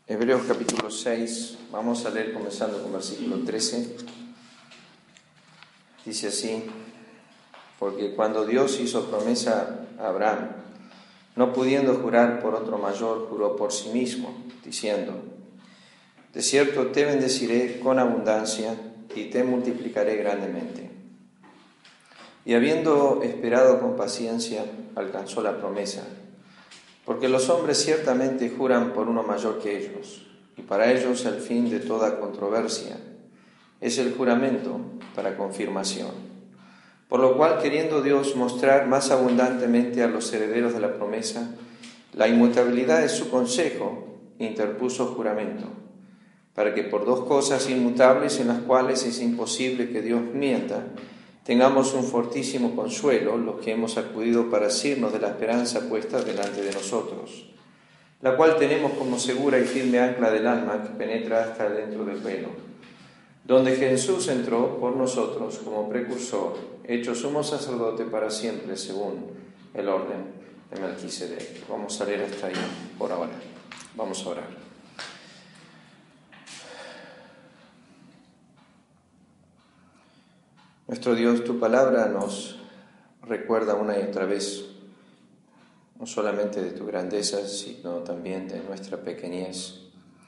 Hebreos capítulo 6, vamos a leer comenzando con versículo 13. Dice así: porque cuando Dios hizo promesa a Abraham, no pudiendo jurar por otro mayor, juró por sí mismo, diciendo: de cierto te bendeciré con abundancia y te multiplicaré grandemente. Y habiendo esperado con paciencia, alcanzó la promesa. Porque los hombres ciertamente juran por uno mayor que ellos, y para ellos el fin de toda controversia es el juramento para confirmación. Por lo cual, queriendo Dios mostrar más abundantemente a los herederos de la promesa la inmutabilidad de su consejo, interpuso juramento, para que por dos cosas inmutables en las cuales es imposible que Dios mienta, tengamos un fortísimo consuelo los que hemos acudido para asirnos de la esperanza puesta delante de nosotros, la cual tenemos como segura y firme ancla del alma que penetra hasta dentro del velo, donde Jesús entró por nosotros como precursor, hecho sumo sacerdote para siempre según el orden de Melquisedec. Vamos a leer hasta ahí por ahora. Vamos a orar. Nuestro Dios, tu palabra nos recuerda una y otra vez, no solamente de tu grandeza, sino también de nuestra pequeñez.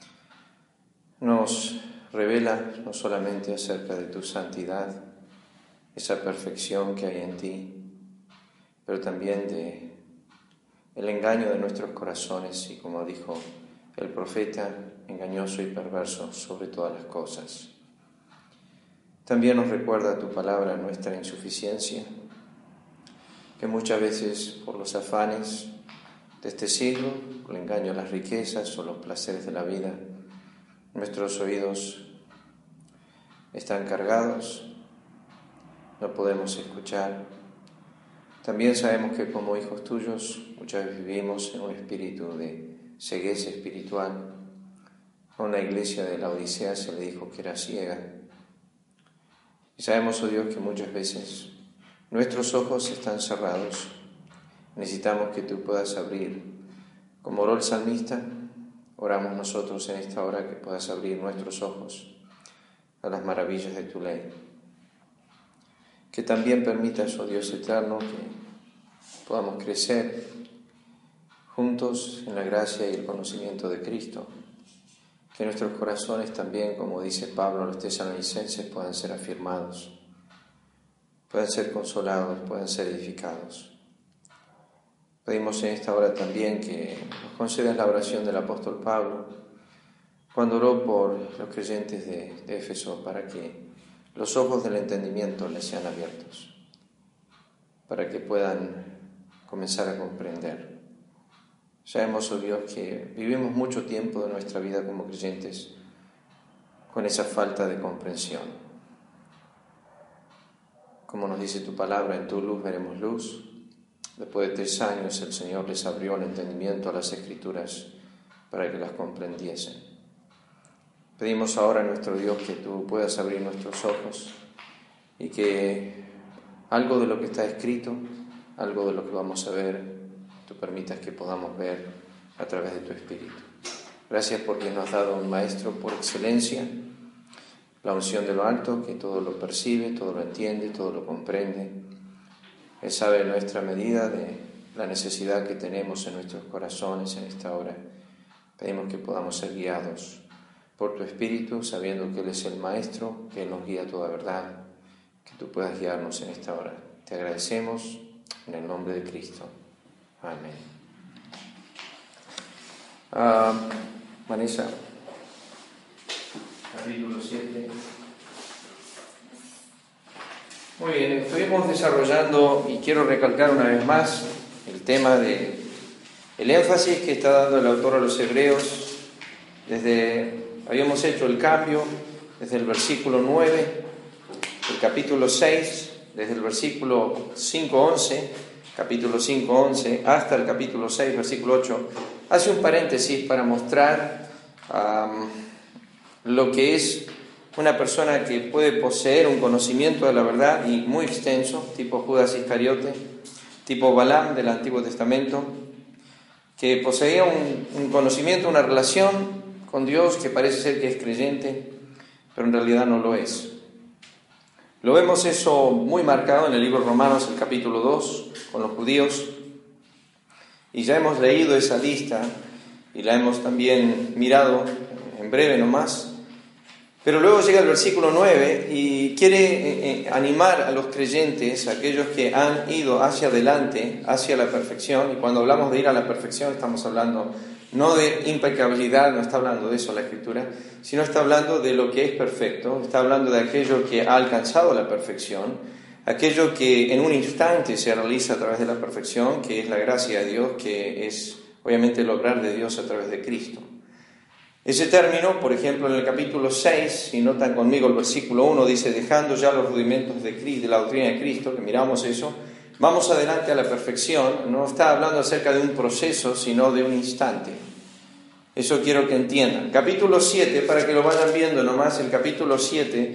Nos revela no solamente acerca de tu santidad, esa perfección que hay en ti, pero también de el engaño de nuestros corazones y, como dijo el profeta, engañoso y perverso sobre todas las cosas. También nos recuerda tu palabra nuestra insuficiencia, que muchas veces por los afanes de este siglo, por el engaño a las riquezas o los placeres de la vida, nuestros oídos están cargados, no podemos escuchar. También sabemos que como hijos tuyos muchas veces vivimos en un espíritu de ceguez espiritual. A una iglesia de la Odisea se le dijo que era ciega. Y sabemos, oh Dios, que muchas veces nuestros ojos están cerrados. Necesitamos que tú puedas abrir. Como oró el salmista, oramos nosotros en esta hora que puedas abrir nuestros ojos a las maravillas de tu ley. Que también permitas, oh Dios eterno, que podamos crecer juntos en la gracia y el conocimiento de Cristo. Que nuestros corazones también, como dice Pablo a los tesalonicenses, puedan ser afirmados, puedan ser consolados, puedan ser edificados. Pedimos en esta hora también que nos concedas la oración del apóstol Pablo, cuando oró por los creyentes de Éfeso, para que los ojos del entendimiento les sean abiertos, para que puedan comenzar a comprender. Sabemos, oh Dios, que vivimos mucho tiempo de nuestra vida como creyentes con esa falta de comprensión. Como nos dice tu palabra, en tu luz veremos luz. Después de 3 años el Señor les abrió el entendimiento a las Escrituras para que las comprendiesen. Pedimos ahora a nuestro Dios que tú puedas abrir nuestros ojos y que algo de lo que está escrito, algo de lo que vamos a ver, tú permitas que podamos ver a través de tu Espíritu. Gracias porque nos has dado un Maestro por excelencia, la unción de lo alto, que todo lo percibe, todo lo entiende, todo lo comprende. Él sabe nuestra medida de la necesidad que tenemos en nuestros corazones en esta hora. Pedimos que podamos ser guiados por tu Espíritu, sabiendo que Él es el Maestro, que Él nos guía a toda verdad, que tú puedas guiarnos en esta hora. Te agradecemos en el nombre de Cristo. Amén. Vanessa, capítulo 7. Muy bien, estuvimos desarrollando, y quiero recalcar una vez más, el tema de el énfasis que está dando el autor a los hebreos. Habíamos hecho el cambio desde el versículo 9 del capítulo 6, desde el versículo 5:11, capítulo 5:11, hasta el capítulo 6, versículo 8. Hace un paréntesis para mostrar lo que es una persona que puede poseer un conocimiento de la verdad y muy extenso, tipo Judas Iscariote, tipo Balaam del Antiguo Testamento, que poseía un conocimiento, una relación con Dios que parece ser que es creyente, pero en realidad no lo es. Lo vemos eso muy marcado en el libro de Romanos, el capítulo 2, con los judíos. Y ya hemos leído esa lista y la hemos también mirado en breve nomás. Pero luego llega el versículo 9 y quiere animar a los creyentes, a aquellos que han ido hacia adelante, hacia la perfección. Y cuando hablamos de ir a la perfección estamos hablando no de impecabilidad, no está hablando de eso la Escritura, sino está hablando de lo que es perfecto, está hablando de aquello que ha alcanzado la perfección, aquello que en un instante se realiza a través de la perfección, que es la gracia de Dios, que es obviamente el obrar de Dios a través de Cristo. Ese término, por ejemplo, en el capítulo 6, si notan conmigo el versículo 1, dice, dejando ya los rudimentos de la doctrina de Cristo, que miramos eso, vamos adelante a la perfección. No está hablando acerca de un proceso, sino de un instante. Eso quiero que entiendan. Capítulo 7, para que lo vayan viendo nomás, el capítulo 7,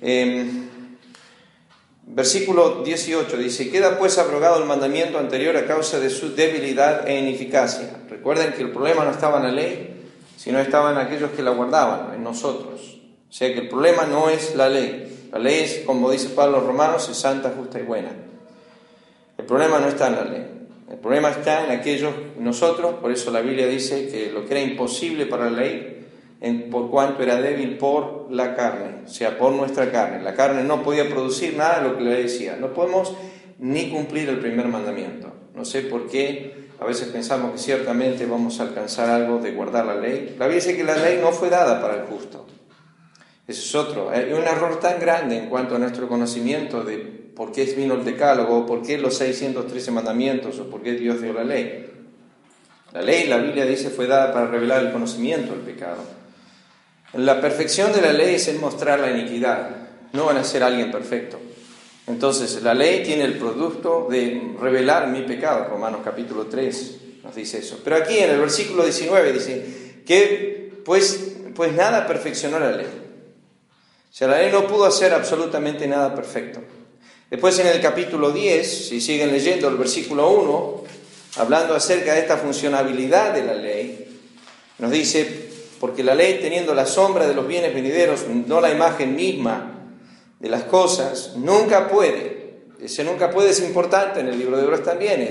versículo 18, dice, queda pues abrogado el mandamiento anterior a causa de su debilidad e ineficacia. Recuerden que el problema no estaba en la ley, sino estaba en aquellos que la guardaban, en nosotros. O sea que el problema no es la ley. La ley es, como dice Pablo a los Romanos, es santa, justa y buena. El problema no está en la ley. El problema está en aquellos, nosotros, por eso la Biblia dice que lo que era imposible para la ley, por cuanto era débil por la carne, o sea, por nuestra carne. La carne no podía producir nada de lo que la ley decía. No podemos ni cumplir el primer mandamiento. No sé por qué. A veces pensamos que ciertamente vamos a alcanzar algo de guardar la ley. La Biblia dice que la ley no fue dada para el justo. Ese es otro. Hay un error tan grande en cuanto a nuestro conocimiento de por qué vino el decálogo, por qué los 613 mandamientos o por qué Dios dio la ley. La ley, la Biblia dice, fue dada para revelar el conocimiento del pecado. La perfección de la ley es en mostrar la iniquidad, no en hacer a alguien perfecto. Entonces, la ley tiene el producto de revelar mi pecado. Romanos capítulo 3 nos dice eso. Pero aquí en el versículo 19 dice que pues nada perfeccionó la ley. O sea, la ley no pudo hacer absolutamente nada perfecto. Después en el capítulo 10, si siguen leyendo el versículo 1, hablando acerca de esta funcionabilidad de la ley, nos dice, porque la ley teniendo la sombra de los bienes venideros, no la imagen misma de las cosas, nunca puede. Ese nunca puede es importante en el libro de Hebreos también.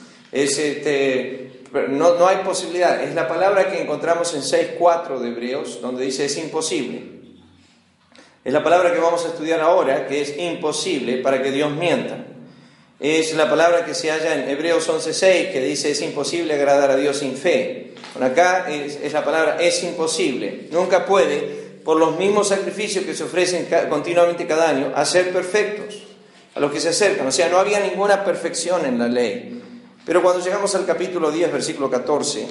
No hay posibilidad. Es la palabra que encontramos en 6.4 de Hebreos, donde dice es imposible. Es la palabra que vamos a estudiar ahora, que es imposible para que Dios mienta. Es la palabra que se halla en Hebreos 11.6, que dice es imposible agradar a Dios sin fe. Bueno, acá es la palabra es imposible. Nunca puede, por los mismos sacrificios que se ofrecen continuamente cada año, a ser perfectos, a los que se acercan. O sea, no había ninguna perfección en la ley. Pero cuando llegamos al capítulo 10, versículo 14,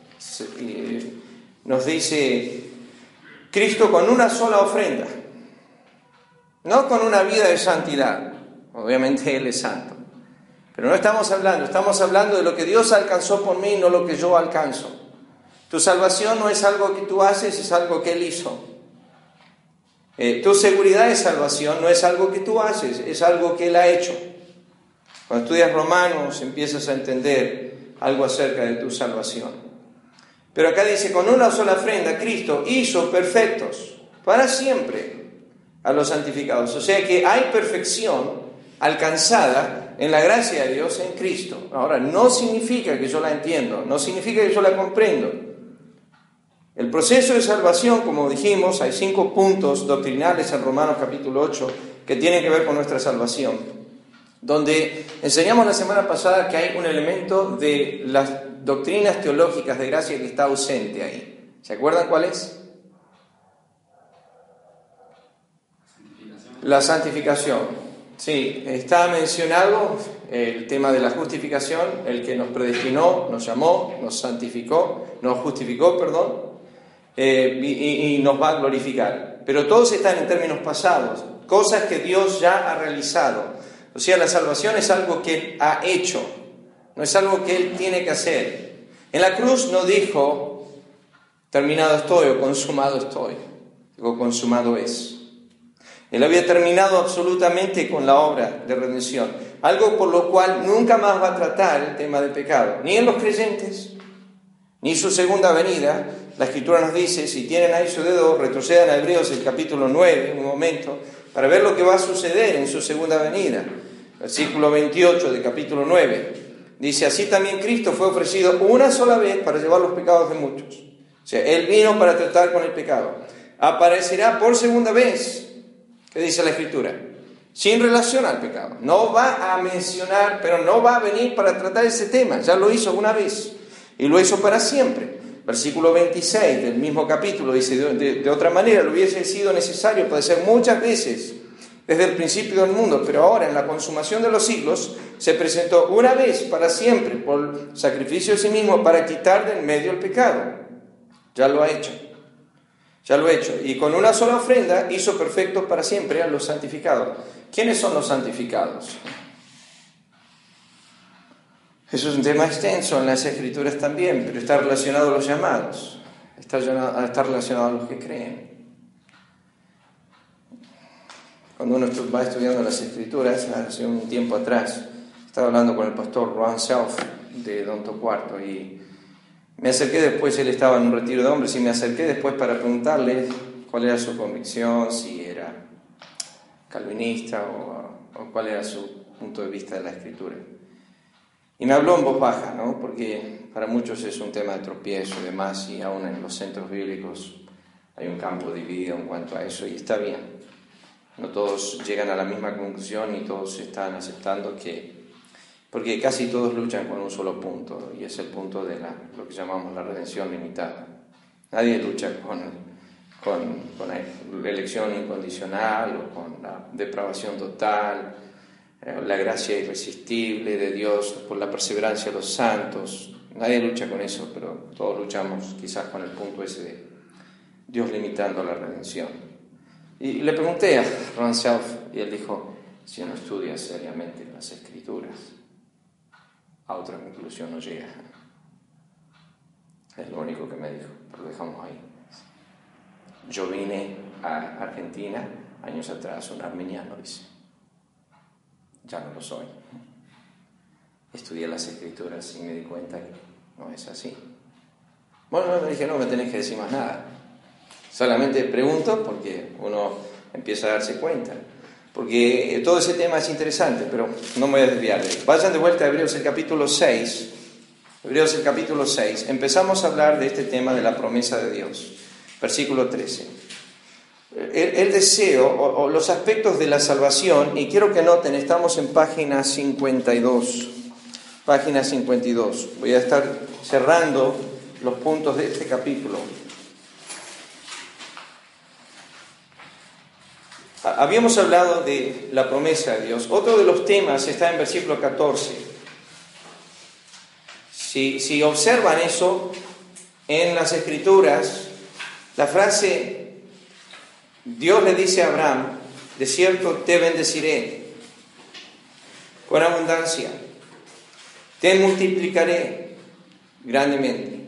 nos dice, Cristo con una sola ofrenda, no con una vida de santidad, obviamente Él es santo, pero no estamos hablando de lo que Dios alcanzó por mí, no lo que yo alcanzo. Tu salvación no es algo que tú haces, es algo que Él hizo. Tu seguridad de salvación no es algo que tú haces, es algo que Él ha hecho. Cuando estudias Romanos empiezas a entender algo acerca de tu salvación. Pero acá dice, con una sola ofrenda Cristo hizo perfectos para siempre a los santificados. O sea que hay perfección alcanzada en la gracia de Dios en Cristo. Ahora, no significa que yo la entiendo, no significa que yo la comprendo. El proceso de salvación, como dijimos, hay 5 puntos doctrinales en Romanos capítulo 8 que tienen que ver con nuestra salvación, donde enseñamos la semana pasada que hay un elemento de las doctrinas teológicas de gracia que está ausente ahí. ¿Se acuerdan cuál es? La santificación. Sí, está mencionado el tema de la justificación, el que nos predestinó, nos llamó, nos santificó, nos justificó, y nos va a glorificar. Pero todos están en términos pasados, cosas que Dios ya ha realizado. O sea, la salvación es algo que Él ha hecho, no es algo que Él tiene que hacer. En la cruz no dijo, terminado estoy o consumado estoy, digo, consumado es. Él había terminado absolutamente con la obra de redención, algo por lo cual nunca más va a tratar el tema del pecado, ni en los creyentes, ni su segunda venida. La Escritura nos dice, si tienen ahí su dedo, retrocedan a Hebreos el capítulo 9, un momento, para ver lo que va a suceder en su segunda venida. Versículo 28 del capítulo 9. Dice, así también Cristo fue ofrecido una sola vez para llevar los pecados de muchos. O sea, Él vino para tratar con el pecado. Aparecerá por segunda vez, ¿qué dice la Escritura? Sin relación al pecado. No va a mencionar, pero no va a venir para tratar ese tema. Ya lo hizo una vez y lo hizo para siempre. Versículo 26 del mismo capítulo dice, de otra manera, lo hubiese sido necesario padecer muchas veces desde el principio del mundo, pero ahora en la consumación de los siglos se presentó una vez para siempre por sacrificio de sí mismo para quitar del medio el pecado. Ya lo ha hecho. Ya lo ha hecho. Y con una sola ofrenda hizo perfectos para siempre a los santificados. ¿Quiénes son los santificados? Eso es un tema extenso en las Escrituras también, pero está relacionado a los llamados, está relacionado a los que creen. Cuando uno va estudiando las Escrituras, hace un tiempo atrás, estaba hablando con el pastor Ron Self de Don Tocuarto y me acerqué después, él estaba en un retiro de hombres, y me acerqué después para preguntarle cuál era su convicción, si era calvinista o cuál era su punto de vista de la Escritura. Y me habló en voz baja, ¿no? Porque para muchos es un tema de tropiezo y demás, y aún en los centros bíblicos hay un campo dividido en cuanto a eso, y está bien. No todos llegan a la misma conclusión y todos están aceptando porque casi todos luchan con un solo punto, y es el punto de lo que llamamos la redención limitada. Nadie lucha con la elección incondicional o con la depravación total, la gracia irresistible de Dios por la perseverancia de los santos. Nadie lucha con eso, pero todos luchamos quizás con el punto ese de Dios limitando la redención. Y le pregunté a Ron Self y él dijo, si uno estudia seriamente las Escrituras, a otra conclusión no llega. Es lo único que me dijo, pero lo dejamos ahí. Yo vine a Argentina años atrás, un armeniano, dice. Ya no lo soy. Estudié las Escrituras y me di cuenta que no es así. Bueno, me dije, no me tenés que decir más nada. Solamente pregunto porque uno empieza a darse cuenta. Porque todo ese tema es interesante, pero no me voy a desviar de él. Vayan de vuelta a Hebreos el capítulo 6. Hebreos el capítulo 6. Empezamos a hablar de este tema de la promesa de Dios. Versículo 13. El deseo o los aspectos de la salvación, y quiero que noten, estamos en página 52. Página 52. Voy a estar cerrando los puntos de este capítulo. Habíamos hablado de la promesa de Dios. Otro de los temas está en versículo 14. Si observan eso en las Escrituras, la frase Dios le dice a Abraham, de cierto te bendeciré con abundancia, te multiplicaré grandemente.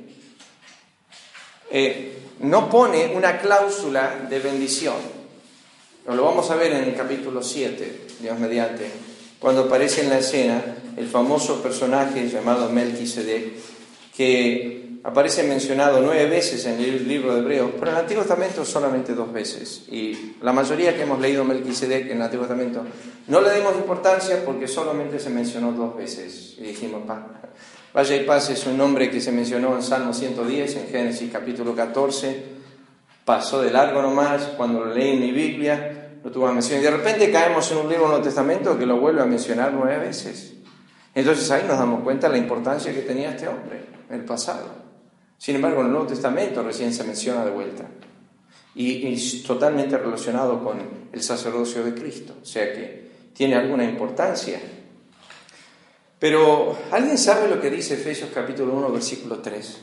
No pone una cláusula de bendición. Lo vamos a ver en el capítulo 7, Dios mediante, cuando aparece en la escena el famoso personaje llamado Melquisedec, que aparece mencionado 9 veces en el libro de Hebreos, pero en el Antiguo Testamento solamente 2 veces. Y la mayoría que hemos leído Melquisedec en el Antiguo Testamento no le dimos importancia porque solamente se mencionó 2 veces. Y dijimos, vaya y paz es un nombre que se mencionó en Salmo 110, en Génesis capítulo 14, pasó de largo nomás, cuando lo leí en mi Biblia, no tuvo mención. Y de repente caemos en un libro del Nuevo Testamento que lo vuelve a mencionar 9 veces. Entonces ahí nos damos cuenta de la importancia que tenía este hombre en el pasado. Sin embargo, en el Nuevo Testamento recién se menciona de vuelta. Y totalmente relacionado con el sacerdocio de Cristo. O sea que tiene alguna importancia. Pero, ¿alguien sabe lo que dice Efesios capítulo 1, versículo 3?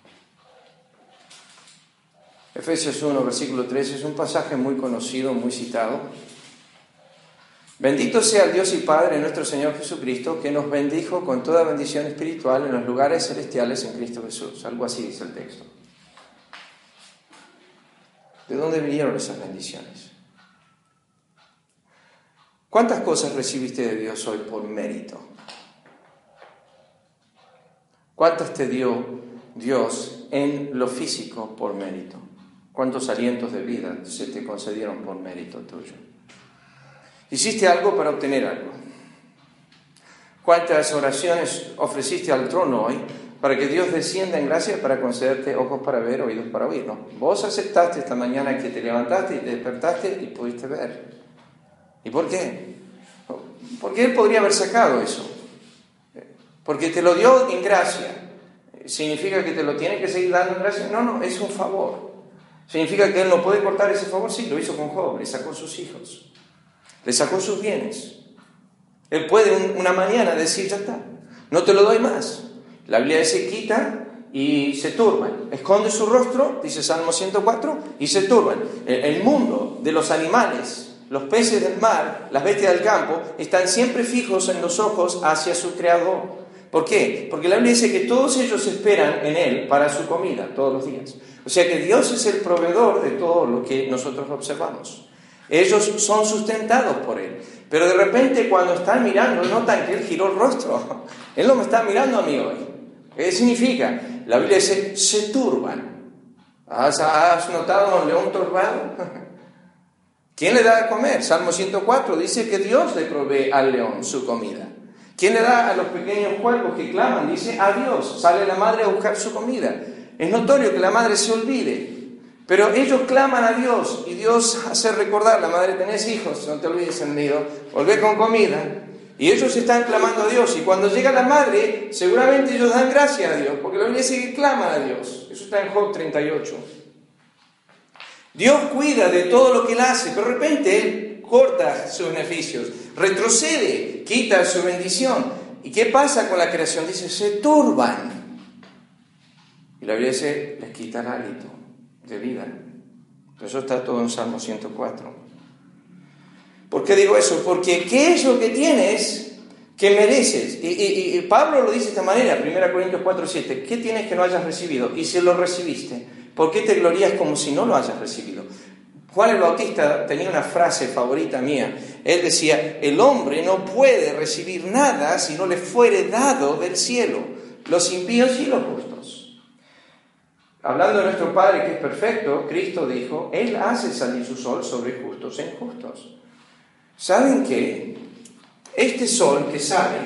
Efesios 1, versículo 3 es un pasaje muy conocido, muy citado. Bendito sea el Dios y Padre de nuestro Señor Jesucristo, que nos bendijo con toda bendición espiritual en los lugares celestiales en Cristo Jesús. Algo así dice el texto. ¿De dónde vinieron esas bendiciones? ¿Cuántas cosas recibiste de Dios hoy por mérito? ¿Cuántas te dio Dios en lo físico por mérito. ¿Cuántos alientos de vida se te concedieron por mérito tuyo? Hiciste algo para obtener algo. ¿Cuántas oraciones ofreciste al trono hoy para que Dios descienda en gracia para concederte ojos para ver, oídos para oír? No. Vos aceptaste esta mañana que te levantaste y te despertaste y pudiste ver. ¿Y por qué? Porque Él podría haber sacado eso. Porque te lo dio en gracia. ¿Significa que te lo tiene que seguir dando en gracia? No, es un favor. ¿Significa que Él no puede cortar ese favor? Sí, lo hizo con Job, le sacó sus hijos, le sacó sus bienes. Él puede una mañana decir, ya está, no te lo doy más. La Biblia dice, quita y se turban. Esconde su rostro, dice Salmo 104, y se turban. El mundo de los animales, los peces del mar, las bestias del campo, están siempre fijos en los ojos hacia su Creador. ¿Por qué? Porque la Biblia dice que todos ellos esperan en Él para su comida todos los días. O sea que Dios es el proveedor de todo lo que nosotros observamos. Ellos son sustentados por Él. Pero de repente cuando están mirando, notan que Él giró el rostro. Él no me está mirando a mí hoy. ¿Qué significa? La Biblia dice, se turban. ¿Has notado a un león turbado? ¿Quién le da a comer? Salmo 104 dice que Dios le provee al león su comida. ¿Quién le da a los pequeños cuervos que claman? Dice, a Dios. Sale la madre a buscar su comida. Es notorio que la madre se olvide. Pero ellos claman a Dios y Dios hace recordar, la madre, tenés hijos, no te olvides el nido, volvé con comida. Y ellos están clamando a Dios. Y cuando llega la madre, seguramente ellos dan gracias a Dios, porque la Biblia dice que claman a Dios. Eso está en Job 38. Dios cuida de todo lo que Él hace, pero de repente Él corta sus beneficios, retrocede, quita su bendición. ¿Y qué pasa con la creación? Dice, se turban. Y la Biblia dice, les quita el hálito de vida. Eso está todo en Salmo 104. ¿Por qué digo eso? Porque ¿qué es lo que tienes que mereces? Y Pablo lo dice de esta manera, 1 Corintios 4:7. ¿Qué tienes que no hayas recibido? Y si lo recibiste, ¿por qué te glorías como si no lo hayas recibido? Juan el Bautista tenía una frase favorita mía. Él decía, el hombre no puede recibir nada si no le fuere dado del cielo, los impíos y los justos. Hablando de nuestro Padre que es perfecto, Cristo dijo, Él hace salir su sol sobre justos e injustos. ¿Saben qué? Este sol que sale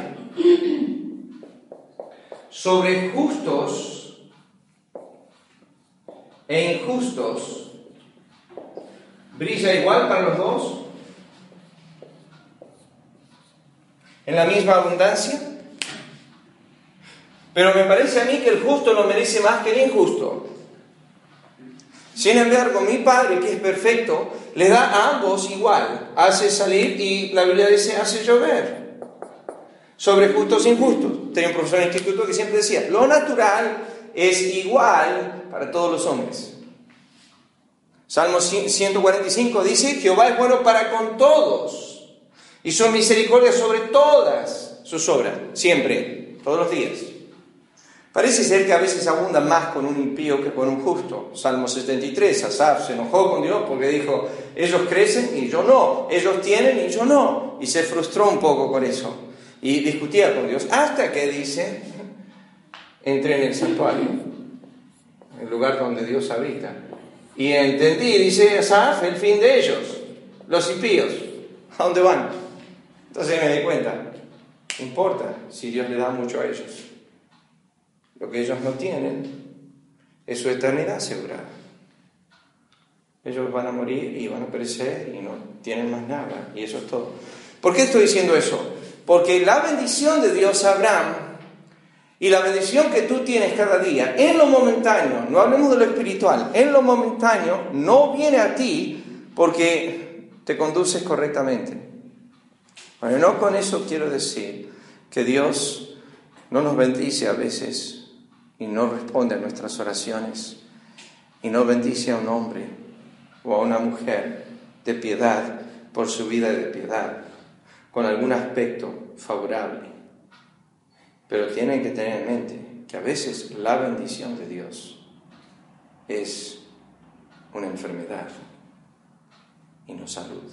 sobre justos e injustos, ¿brilla igual para los dos? ¿En la misma abundancia? Pero me parece a mí que el justo lo merece más que el injusto. Sin embargo, mi Padre, que es perfecto, le da a ambos igual. Hace salir y la Biblia dice, hace llover. Sobre justos e injustos. Tenía un profesor en el instituto que siempre decía, lo natural es igual para todos los hombres. Salmo 145 dice, Jehová es bueno para con todos. Y su misericordia sobre todas sus obras. Siempre, todos los días. Parece ser que a veces abunda más con un impío que con un justo. Salmo 73, Asaf se enojó con Dios porque dijo, ellos crecen y yo no, ellos tienen y yo no. Y se frustró un poco con eso. Y discutía con Dios hasta que dice, entré en el santuario, el lugar donde Dios habita. Y entendí, dice Asaf, el fin de ellos, los impíos. ¿A dónde van? Entonces me di cuenta, no importa si Dios le da mucho a ellos. Lo que ellos no tienen es su eternidad asegurada. Ellos van a morir y van a perecer y no tienen más nada. Y eso es todo. ¿Por qué estoy diciendo eso? Porque la bendición de Dios a Abraham y la bendición que tú tienes cada día, en lo momentáneo, no hablemos de lo espiritual, en lo momentáneo no viene a ti porque te conduces correctamente. Bueno, no con eso quiero decir que Dios no nos bendice a veces y no responde a nuestras oraciones y no bendice a un hombre o a una mujer de piedad por su vida de piedad con algún aspecto favorable. Pero tienen que tener en mente que a veces la bendición de Dios es una enfermedad y no salud.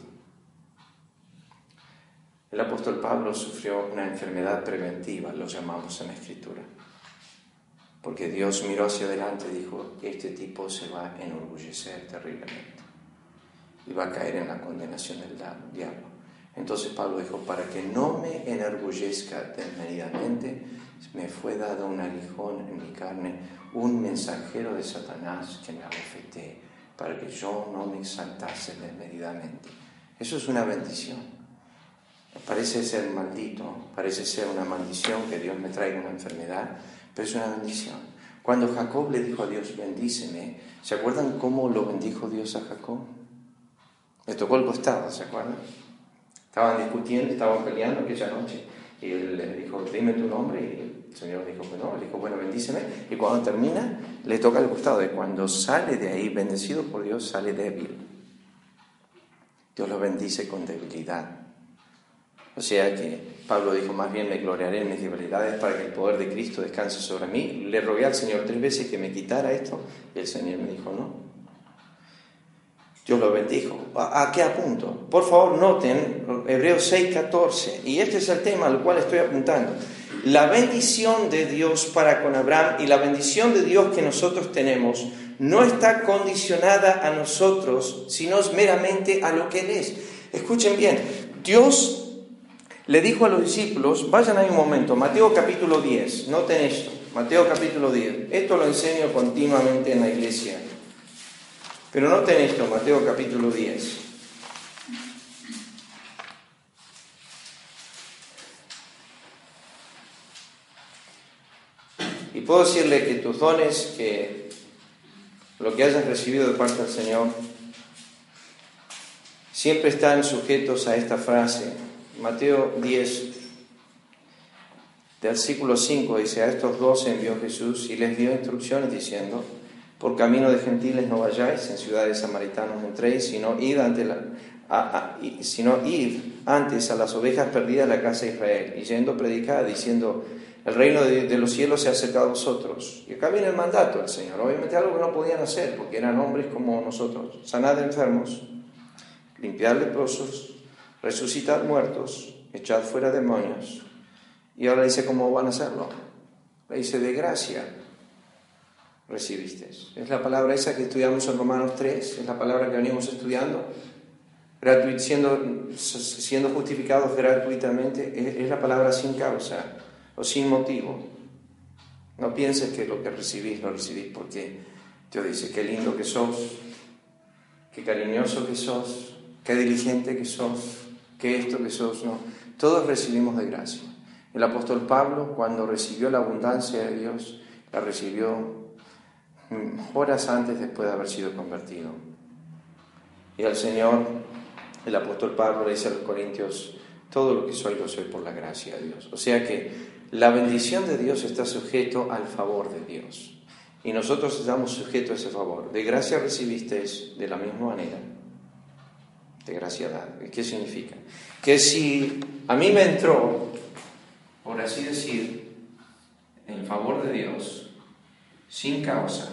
El apóstol Pablo sufrió una enfermedad preventiva, lo llamamos en la Escritura. Porque Dios miró hacia adelante y dijo, este tipo se va a enorgullecer terriblemente y va a caer en la condenación del diablo. Entonces Pablo dijo, para que no me enorgullezca desmedidamente, me fue dado un aguijón en mi carne, un mensajero de Satanás que me abofeté, para que yo no me exaltase desmedidamente. Eso es una bendición. Parece ser maldito, parece ser una maldición que Dios me traiga una enfermedad, pero es una bendición. Cuando Jacob le dijo a Dios, bendíceme, ¿se acuerdan cómo lo bendijo Dios a Jacob? Le tocó el costado, ¿se acuerdan? Estaban discutiendo, estaban peleando aquella noche, y él le dijo, dime tu nombre, y el Señor dijo que no, le dijo, bueno, bendíceme, y cuando termina, le toca el costado, y cuando sale de ahí, bendecido por Dios, sale débil. Dios lo bendice con debilidad. O sea que Pablo dijo, más bien me gloriaré en mis debilidades para que el poder de Cristo descanse sobre mí. Le rogué al Señor 3 veces que me quitara esto, y el Señor me dijo, no. Dios lo bendijo. ¿A qué apunto? Por favor, noten Hebreos 6:14. Y este es el tema al cual estoy apuntando. La bendición de Dios para con Abraham y la bendición de Dios que nosotros tenemos no está condicionada a nosotros, sino meramente a lo que Él es. Escuchen bien. Dios le dijo a los discípulos, vayan ahí un momento, Mateo capítulo 10. Noten esto. Mateo capítulo 10. Esto lo enseño continuamente en la iglesia. Pero noten esto, Mateo capítulo 10. Y puedo decirle que tus dones, que lo que hayas recibido de parte del Señor, siempre están sujetos a esta frase. Mateo 10, versículo 5, dice, a estos 12 envió Jesús y les dio instrucciones diciendo, por camino de gentiles no vayáis, en ciudades samaritanos no entréis, sino id antes a las ovejas perdidas de la casa de Israel, y yendo predicad, diciendo, el reino de los cielos se ha acercado a vosotros. Y acá viene el mandato del Señor, obviamente algo que no podían hacer, porque eran hombres como nosotros. Sanad enfermos, limpiad leprosos, resucitad muertos, echad fuera demonios. Y ahora dice cómo van a hacerlo. Le dice, de gracia recibiste. Es la palabra esa que estudiamos en Romanos 3, es la palabra que venimos estudiando, siendo justificados gratuitamente, es la palabra sin causa o sin motivo. No pienses que lo que recibís lo recibís porque Dios dice, qué lindo que sos, qué cariñoso que sos, qué diligente que sos, qué esto que sos. No, todos recibimos de gracia. El apóstol Pablo, cuando recibió la abundancia de Dios, la recibió horas antes después de haber sido convertido. Y al Señor, el apóstol Pablo le dice a los corintios, todo lo que soy lo soy por la gracia de Dios. O sea que la bendición de Dios está sujeto al favor de Dios. Y nosotros estamos sujetos a ese favor. De gracia recibisteis de la misma manera. De gracia dad. ¿Qué significa? Que si a mí me entró, por así decir, el favor de Dios, sin causa.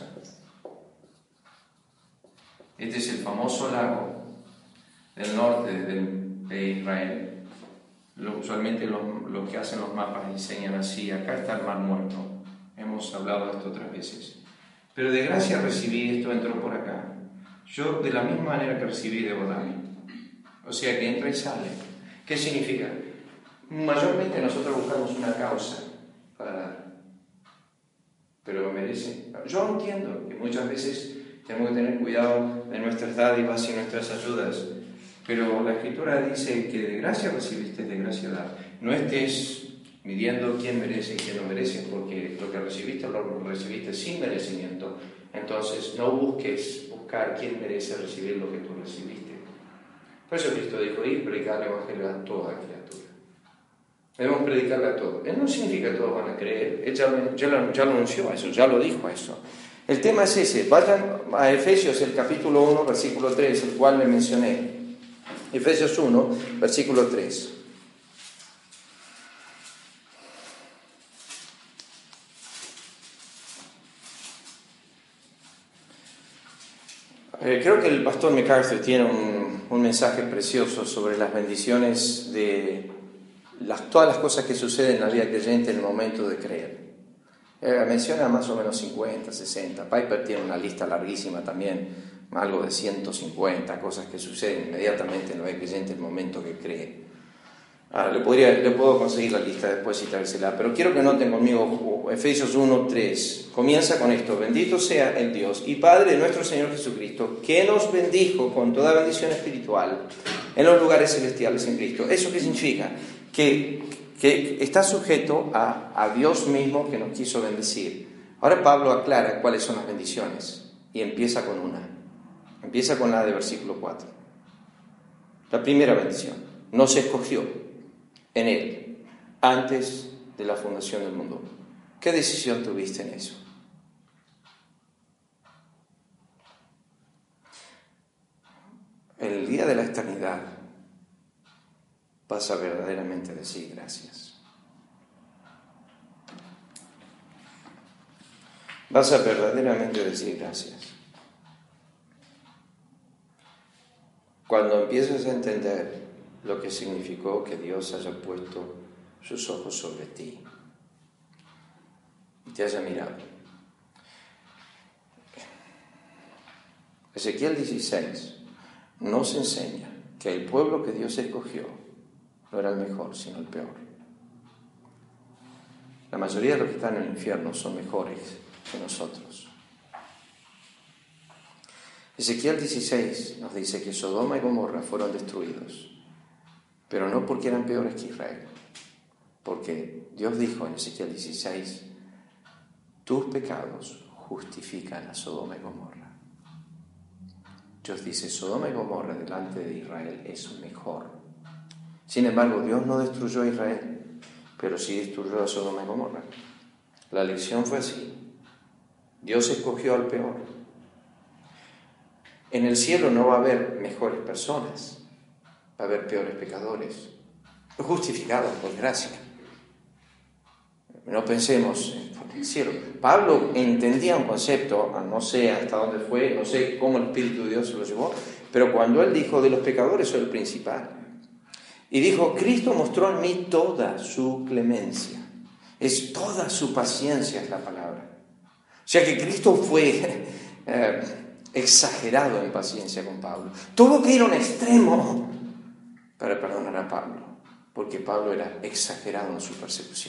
Este es el famoso lago del norte de Israel. Usualmente lo que hacen los mapas enseñan así, acá está el Mar Muerto. Hemos hablado de esto otras veces. Pero de gracia recibí, esto entró por acá. Yo de la misma manera que recibí debo dar. O sea que entra y sale. ¿Qué significa? Mayormente nosotros buscamos una causa para dar. Pero merece. Yo entiendo que muchas veces tenemos que tener cuidado de nuestras dádivas y nuestras ayudas. Pero la Escritura dice que de gracia recibiste, de gracia dar. No estés midiendo quién merece y quién no merece, porque lo que recibiste lo recibiste sin merecimiento. Entonces no busques buscar quién merece recibir lo que tú recibiste. Por eso Cristo dijo, ir predicar el Evangelio a toda criatura. Debemos predicarle a todos. No significa que todos van a creer. Él ya lo anunció eso, ya lo dijo eso. El tema es ese. Vayan a Efesios, el capítulo 1, versículo 3, el cual me mencioné. Efesios 1, versículo 3. Creo que el pastor MacArthur tiene un mensaje precioso sobre las bendiciones de todas las cosas que suceden en la vida creyente en el momento de creer. Menciona más o menos 50, 60. Piper tiene una lista larguísima también, algo de 150 cosas que suceden inmediatamente en el creyente en el momento que cree. Ahora, le puedo conseguir la lista después y traérsela, pero quiero que noten conmigo Efesios 1:3. Comienza con esto: bendito sea el Dios y Padre de nuestro Señor Jesucristo, que nos bendijo con toda bendición espiritual en los lugares celestiales en Cristo. ¿Eso qué significa? Que está sujeto a Dios mismo, que nos quiso bendecir. Ahora Pablo aclara cuáles son las bendiciones y empieza con una. Empieza con la de versículo 4. La primera bendición: nos escogió en Él antes de la fundación del mundo. ¿Qué decisión tuviste en eso? El día de la eternidad vas a verdaderamente decir gracias. Vas a verdaderamente decir gracias. Cuando empiezas a entender lo que significó que Dios haya puesto sus ojos sobre ti y te haya mirado. Ezequiel 16 nos enseña que el pueblo que Dios escogió no era el mejor, sino el peor. La mayoría de los que están en el infierno son mejores que nosotros. Ezequiel 16 nos dice que Sodoma y Gomorra fueron destruidos, pero no porque eran peores que Israel, porque Dios dijo en Ezequiel 16: tus pecados justifican a Sodoma y Gomorra. Dios dice: Sodoma y Gomorra delante de Israel es mejor. Sin embargo, Dios no destruyó a Israel, pero sí destruyó a Sodoma y Gomorra. La lección fue así: Dios escogió al peor. En el cielo no va a haber mejores personas, va a haber peores pecadores, justificados por gracia. No pensemos en el cielo. Pablo entendía un concepto, no sé hasta dónde fue, no sé cómo el Espíritu de Dios se lo llevó, pero cuando él dijo: de los pecadores soy el principal. Y dijo: Cristo mostró en mí toda su clemencia. Es toda su paciencia, es la palabra. O sea que Cristo fue exagerado en paciencia con Pablo. Tuvo que ir a un extremo para perdonar a Pablo, porque Pablo era exagerado en su persecución.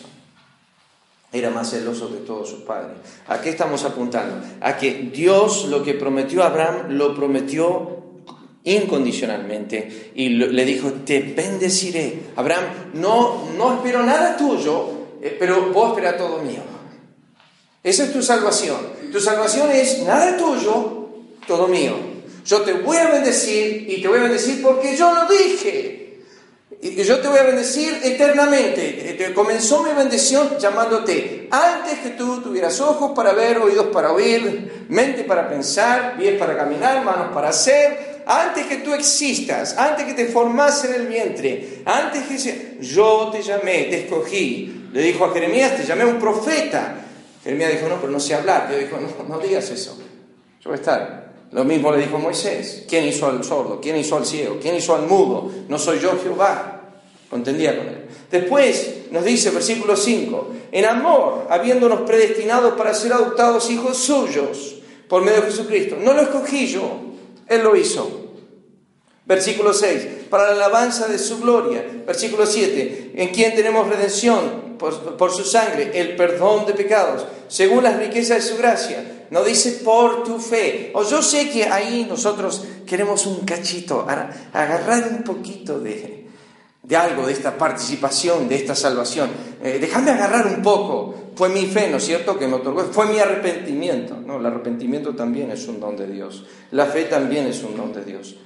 Era más celoso que todos sus padres. ¿A qué estamos apuntando? A que Dios lo que prometió a Abraham lo prometió incondicionalmente y le dijo: te bendeciré. Abraham, no espero nada tuyo, pero puedo esperar todo mío. Esa es tu salvación. Tu salvación es nada tuyo, todo mío. Yo te voy a bendecir y te voy a bendecir porque yo lo dije. Y yo te voy a bendecir eternamente. Comenzó mi bendición llamándote antes que tú tuvieras ojos para ver, oídos para oír, mente para pensar, pies para caminar, manos para hacer. Antes que tú existas, antes que te formase en el vientre, antes que yo te llamé, te escogí. Le dijo a Jeremías: te llamé un profeta. Jeremías dijo: no, pero no sé hablar. Dios dijo: no digas eso. Yo voy a estar. Lo mismo le dijo Moisés: ¿quién hizo al sordo? ¿Quién hizo al ciego? ¿Quién hizo al mudo? ¿No soy yo Jehová? Contendía con él. Después nos dice, versículo 5: en amor, habiéndonos predestinados para ser adoptados hijos suyos por medio de Jesucristo. No lo escogí yo, Él lo hizo. Versículo 6: para la alabanza de su gloria. Versículo 7: en quien tenemos redención por su sangre, el perdón de pecados, según las riquezas de su gracia. No dice por tu fe. Yo sé que ahí nosotros queremos un cachito, agarrar un poquito de algo, de esta participación, de esta salvación. Déjame agarrar un poco. Fue mi fe, ¿no es cierto?, que me otorgó. Fue mi arrepentimiento. No, el arrepentimiento también es un don de Dios. La fe también es un don de Dios.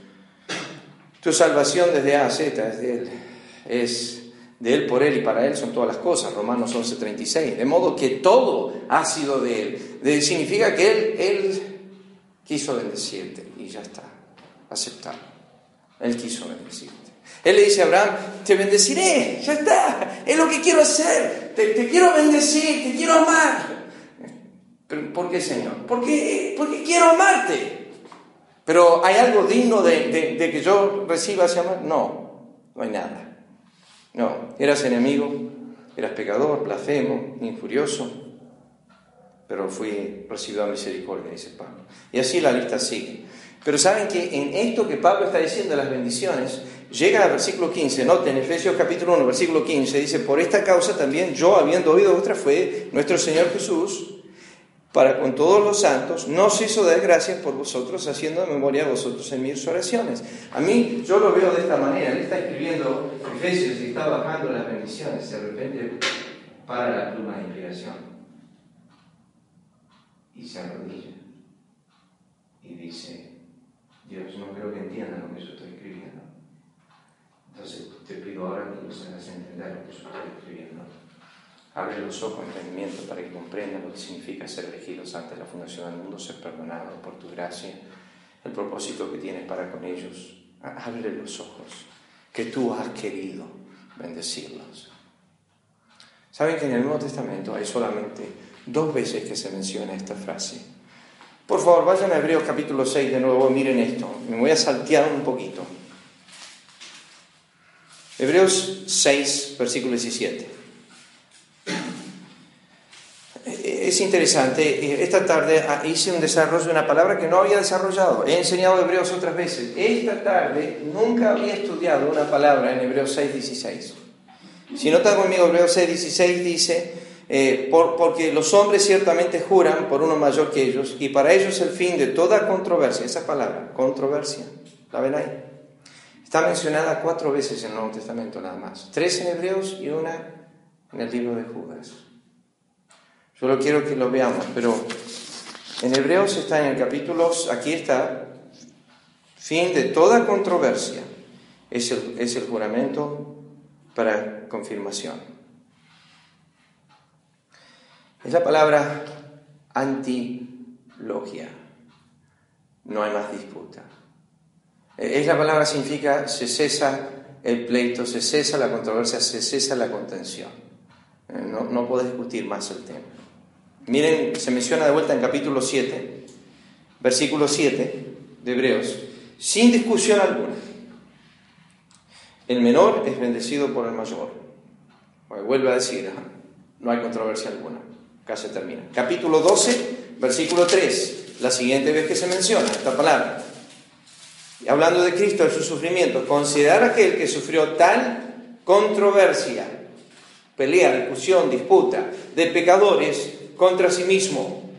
Tu salvación desde A a Z es de Él. Es de Él, por Él y para Él son todas las cosas. Romanos 11:36. De modo que todo ha sido de Él. Significa que Él quiso bendecirte y ya está. Aceptado. Él quiso bendecirte. Él le dice a Abraham: te bendeciré, ya está. Es lo que quiero hacer. Te quiero bendecir, te quiero amar. ¿Pero por qué, Señor? Porque quiero amarte. ¿Pero hay algo digno de que yo reciba ese amor? No hay nada. No, eras enemigo, eras pecador, blasfemo, injurioso. pero recibió misericordia, dice Pablo. Y así la lista sigue. Pero saben que en esto que Pablo está diciendo, las bendiciones, llega al versículo 15, noten, en Efesios capítulo 1, versículo 15, dice: por esta causa también yo, habiendo oído vuestra fe, nuestro Señor Jesús, para con todos los santos, nos hizo dar gracias por vosotros, haciendo memoria a vosotros en mis oraciones. A mí, yo lo veo de esta manera. Él está escribiendo Efesios y está bajando las bendiciones. De repente para la pluma de inspiración y se arrodilla y dice: Dios, no creo que entiendan lo que yo estoy escribiendo. Entonces te pido ahora que nos hagas entender lo que yo estoy escribiendo. Abre los ojos de entendimiento para que comprendan lo que significa ser elegidos antes de la fundación del mundo, ser perdonados por tu gracia, el propósito que tienes para con ellos. Abre los ojos, que tú has querido bendecirlos. ¿Saben que en el Nuevo Testamento hay solamente 2 veces que se menciona esta frase? Por favor, vayan a Hebreos capítulo 6 de nuevo, miren esto. Me voy a saltear un poquito. Hebreos 6, versículo 17. Es interesante, esta tarde hice un desarrollo de una palabra que no había desarrollado. He enseñado Hebreos otras veces. Esta tarde nunca había estudiado una palabra en Hebreos 6:16. Si notan conmigo, Hebreos 6:16 dice: porque los hombres ciertamente juran por uno mayor que ellos, y para ellos el fin de toda controversia. Esa palabra, controversia, ¿la ven ahí? Está mencionada 4 veces en el Nuevo Testamento nada más. 3 en Hebreos y 1 en el libro de Judas. Solo quiero que lo veamos, pero en Hebreos está en el capítulo, aquí está: fin de toda controversia es el juramento para confirmación. Es la palabra antilogia. No hay más disputa. Es la palabra que significa: se cesa el pleito, se cesa la controversia, se cesa la contención. No puedo discutir más el tema. Miren, se menciona de vuelta en capítulo 7, versículo 7 de Hebreos: sin discusión alguna, el menor es bendecido por el mayor. Vuelve a decir, no hay controversia alguna. Acá se termina. Capítulo 12, versículo 3, la siguiente vez que se menciona esta palabra. Y hablando de Cristo, de sus sufrimientos: considerar aquel que sufrió tal controversia, pelea, discusión, disputa de pecadores contra sí mismo,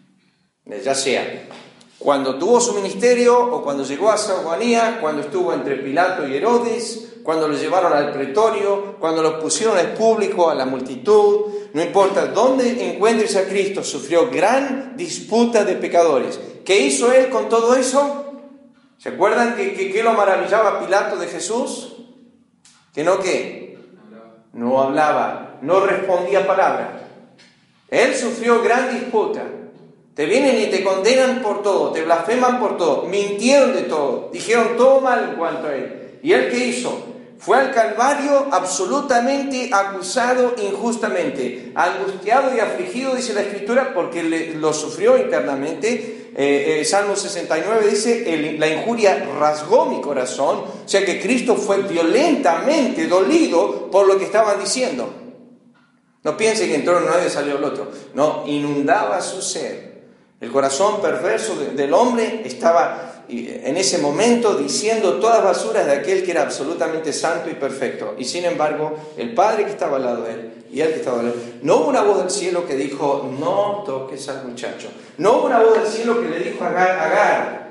ya sea cuando tuvo su ministerio o cuando llegó a San Juanía, cuando estuvo entre Pilato y Herodes, cuando lo llevaron al pretorio, cuando lo pusieron al público, a la multitud. No importa dónde encuentres a Cristo, sufrió gran disputa de pecadores. ¿Qué hizo él con todo eso? ¿Se acuerdan que lo maravillaba Pilato de Jesús? Que no, ¿qué? No hablaba, no respondía palabra. Él sufrió gran disputa. Te vienen y te condenan por todo, te blasfeman por todo, mintieron de todo, dijeron todo mal en cuanto a él. ¿Y él qué hizo? Fue al Calvario absolutamente acusado injustamente, angustiado y afligido, dice la Escritura, porque lo sufrió internamente. Salmo 69 dice: la injuria rasgó mi corazón. O sea que Cristo fue violentamente dolido por lo que estaban diciendo. No piense que entró en uno y salió el otro. No, inundaba su ser. El corazón perverso del hombre estaba en ese momento diciendo todas basuras de aquel que era absolutamente santo y perfecto. Y sin embargo, el Padre que estaba al lado de él y él que estaba al lado de él, no hubo una voz del cielo que dijo: no toques al muchacho. No hubo una voz del cielo que le dijo a Agar: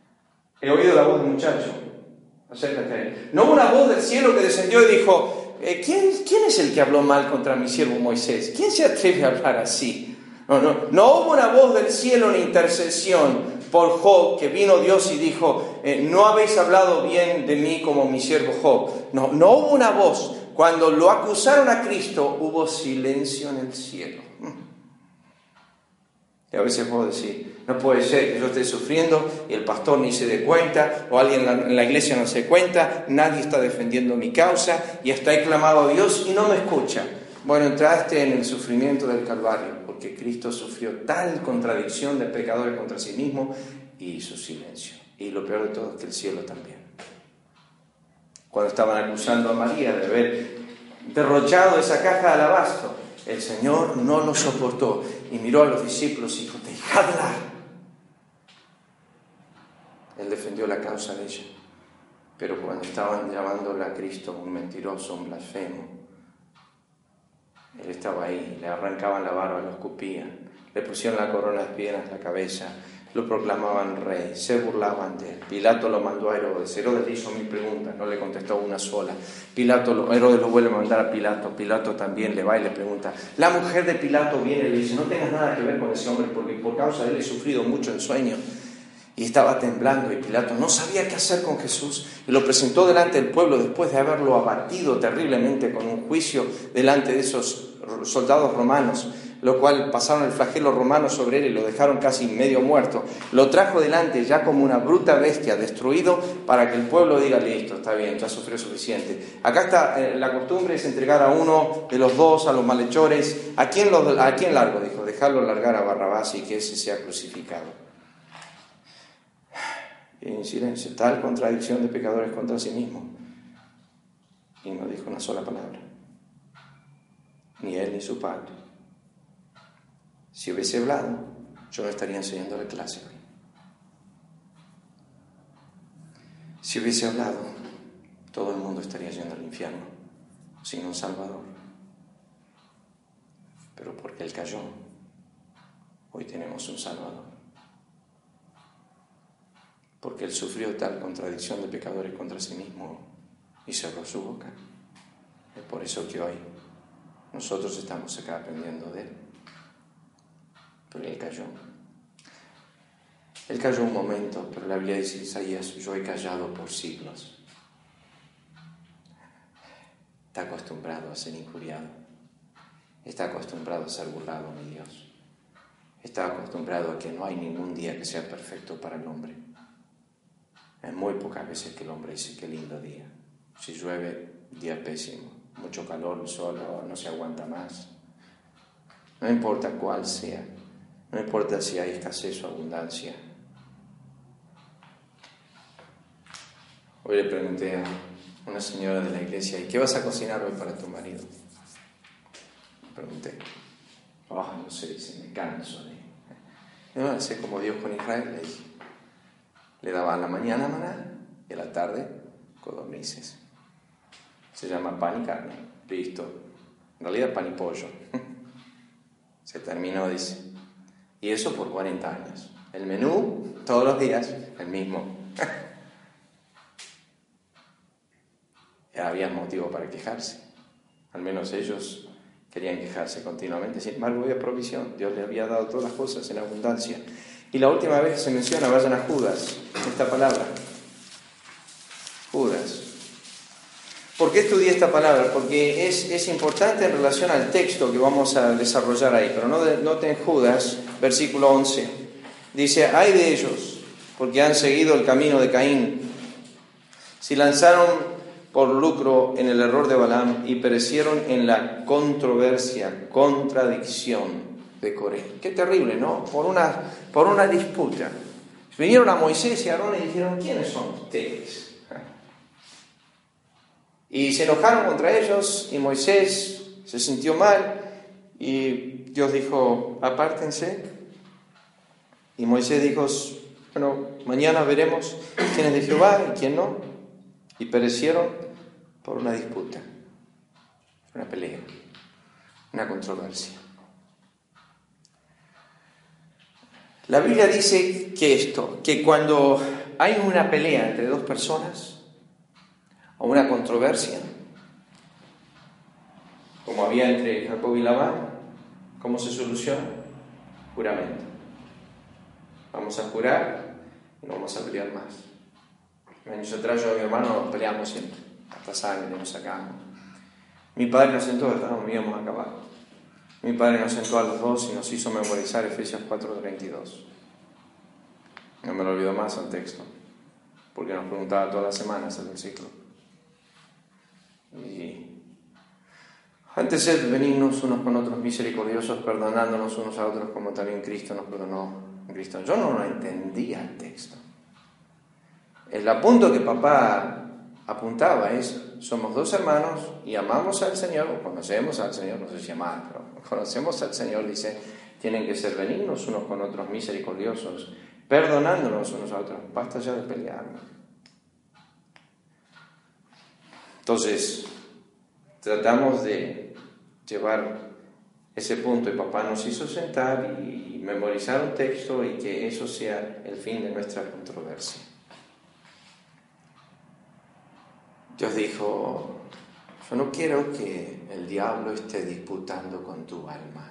he oído la voz del muchacho, acércate a él. No hubo una voz del cielo que descendió y dijo: ¿quién es el que habló mal contra mi siervo Moisés? ¿Quién se atreve a hablar así? No hubo una voz del cielo en intercesión por Job, que vino Dios y dijo: no habéis hablado bien de mí como mi siervo Job. No hubo una voz. Cuando lo acusaron a Cristo, hubo silencio en el cielo. Y a veces puedo decir: no puede ser que yo esté sufriendo y el pastor ni se dé cuenta, o alguien en la iglesia no se dé cuenta, nadie está defendiendo mi causa y hasta he clamado a Dios y no me escucha. Bueno, entraste en el sufrimiento del Calvario, porque Cristo sufrió tal contradicción de pecadores contra sí mismo y hizo silencio. Y lo peor de todo es que el cielo también. Cuando estaban acusando a María de haber derrochado esa caja de alabastro, el Señor no lo soportó. y miró a los discípulos y dijo: dejadla. Él defendió la causa de ella. Pero cuando estaban llamándole a Cristo un mentiroso, un blasfemo, Él estaba ahí, le arrancaban la barba, lo escupían, le pusieron la corona de espinas en la cabeza, lo proclamaban rey, se burlaban de él. Pilato lo mandó a Herodes. Herodes le hizo 1000 preguntas, no le contestó una sola. Herodes lo vuelve a mandar a Pilato. Pilato también le va y le pregunta. La mujer de Pilato viene y le dice: no tengas nada que ver con ese hombre, porque por causa de él he sufrido mucho en sueño. Y estaba temblando, y Pilato no sabía qué hacer con Jesús, y lo presentó delante del pueblo después de haberlo abatido terriblemente con un juicio delante de esos soldados romanos, lo cual pasaron el flagelo romano sobre él y lo dejaron casi medio muerto. Lo trajo delante ya como una bruta bestia, destruido, para que el pueblo diga: listo, está bien, ya sufrió suficiente. Acá está, la costumbre es entregar a uno de los dos, a los malhechores. ¿A quién largo? Dijo: dejarlo largar a Barrabás y que ese sea crucificado. Y en silencio, tal contradicción de pecadores contra sí mismos. Y no dijo una sola palabra, ni él ni su padre. Si hubiese hablado, yo no estaría enseñándole clase hoy. Si hubiese hablado, todo el mundo estaría yendo al infierno sin un Salvador. Pero porque él cayó, hoy tenemos un Salvador. Porque él sufrió tal contradicción de pecadores contra sí mismo y cerró su boca. Es por eso que hoy nosotros estamos acá aprendiendo de él. Pero él cayó. Él cayó un momento, pero la Biblia dice: Isaías, yo he callado por siglos. Está acostumbrado a ser injuriado. Está acostumbrado a ser burlado, mi Dios. Está acostumbrado a que no hay ningún día que sea perfecto para el hombre. Es muy pocas veces que el hombre dice: qué lindo día. Si llueve, día pésimo. Mucho calor, el sol no se aguanta más. No importa cuál sea. No importa si hay escasez o abundancia. Hoy le pregunté a una señora de la iglesia: ¿y qué vas a cocinar hoy para tu marido? Le pregunté. No sé, dice, me canso. No, sé como Dios con Israel, le dije. Le daba a la mañana maná y a la tarde codornices. Se llama pan y carne. Listo. En realidad pan y pollo. Se terminó, dice. Y eso por 40 años. El menú, todos los días, el mismo. Ya había motivo para quejarse. Al menos ellos querían quejarse continuamente. Sin embargo, había provisión. Dios les había dado todas las cosas en abundancia. Y la última vez que se menciona, vayan a Judas, esta palabra. Judas. ¿Por qué estudié esta palabra? Porque es importante en relación al texto que vamos a desarrollar ahí. Pero noten Judas, versículo 11. Dice: ay de ellos, porque han seguido el camino de Caín. Si lanzaron por lucro en el error de Balaam y perecieron en la controversia, contradicción de Coré. Qué terrible, ¿no? Por una disputa. Vinieron a Moisés y a Aarón y dijeron: ¿quiénes son ustedes? Y se enojaron contra ellos y Moisés se sintió mal y Dios dijo: apártense. Y Moisés dijo: bueno, mañana veremos quién es de Jehová y quién no. Y perecieron por una disputa, una pelea, una controversia. La Biblia dice que cuando hay una pelea entre dos personas o una controversia, como había entre Jacob y Labán, ¿cómo se soluciona? Juramento. Vamos a jurar y no vamos a pelear más. Años atrás yo y mi hermano nos peleamos siempre, hasta sangre nos sacamos. Mi padre nos sentó, estábamos íbamos a acabar. Mi padre nos sentó a los dos y nos hizo memorizar Efesios 4:32. No me lo olvido más el texto, porque nos preguntaba todas las semanas el versículo. Y antes sed benignos unos con otros, misericordiosos, perdonándonos unos a otros como también Cristo nos perdonó en Cristo. Yo no lo entendía el texto. El apunto que papá apuntaba es: somos dos hermanos y amamos al Señor, o conocemos al Señor, no sé si amar, pero conocemos al Señor, dice, tienen que ser benignos unos con otros, misericordiosos, perdonándonos unos a otros. Basta ya de pelear. Entonces, tratamos de llevar ese punto, y papá nos hizo sentar y memorizar un texto, y que eso sea el fin de nuestra controversia. Dios dijo: yo no quiero que el diablo esté disputando con tu alma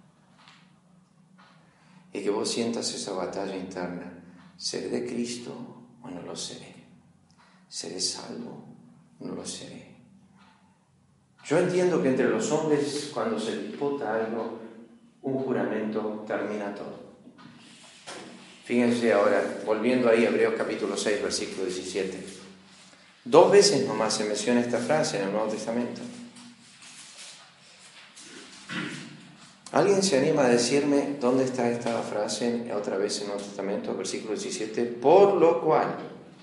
y que vos sientas esa batalla interna. ¿Seré de Cristo o no lo seré? ¿Seré salvo? No lo seré. Yo entiendo que entre los hombres, cuando se disputa algo, un juramento termina todo. Fíjense ahora, volviendo ahí a Hebreos capítulo 6, versículo 17. 2 veces nomás se menciona esta frase en el Nuevo Testamento. ¿Alguien se anima a decirme dónde está esta frase otra vez en el Nuevo Testamento, versículo 17? Por lo cual,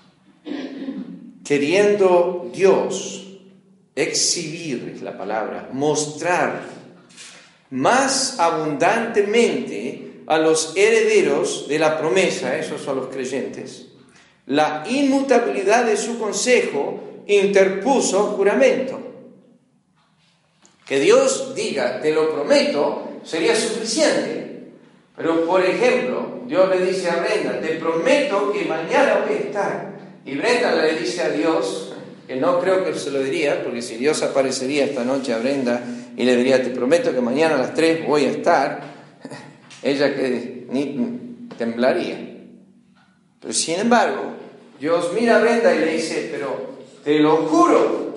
queriendo Dios exhibir, es la palabra, mostrar más abundantemente a los herederos de la promesa, esos son los creyentes, la inmutabilidad de su consejo, interpuso juramento. Que Dios diga, te lo prometo, sería suficiente. Pero, por ejemplo, Dios le dice a Brenda, te prometo que mañana voy a estar. Y Brenda le dice a Dios, que no creo que se lo diría, porque si Dios aparecería esta noche a Brenda y le diría, te prometo que mañana a las 3 voy a estar, ella que ni temblaría. Pero sin embargo, Dios mira a Brenda y le dice, pero te lo juro,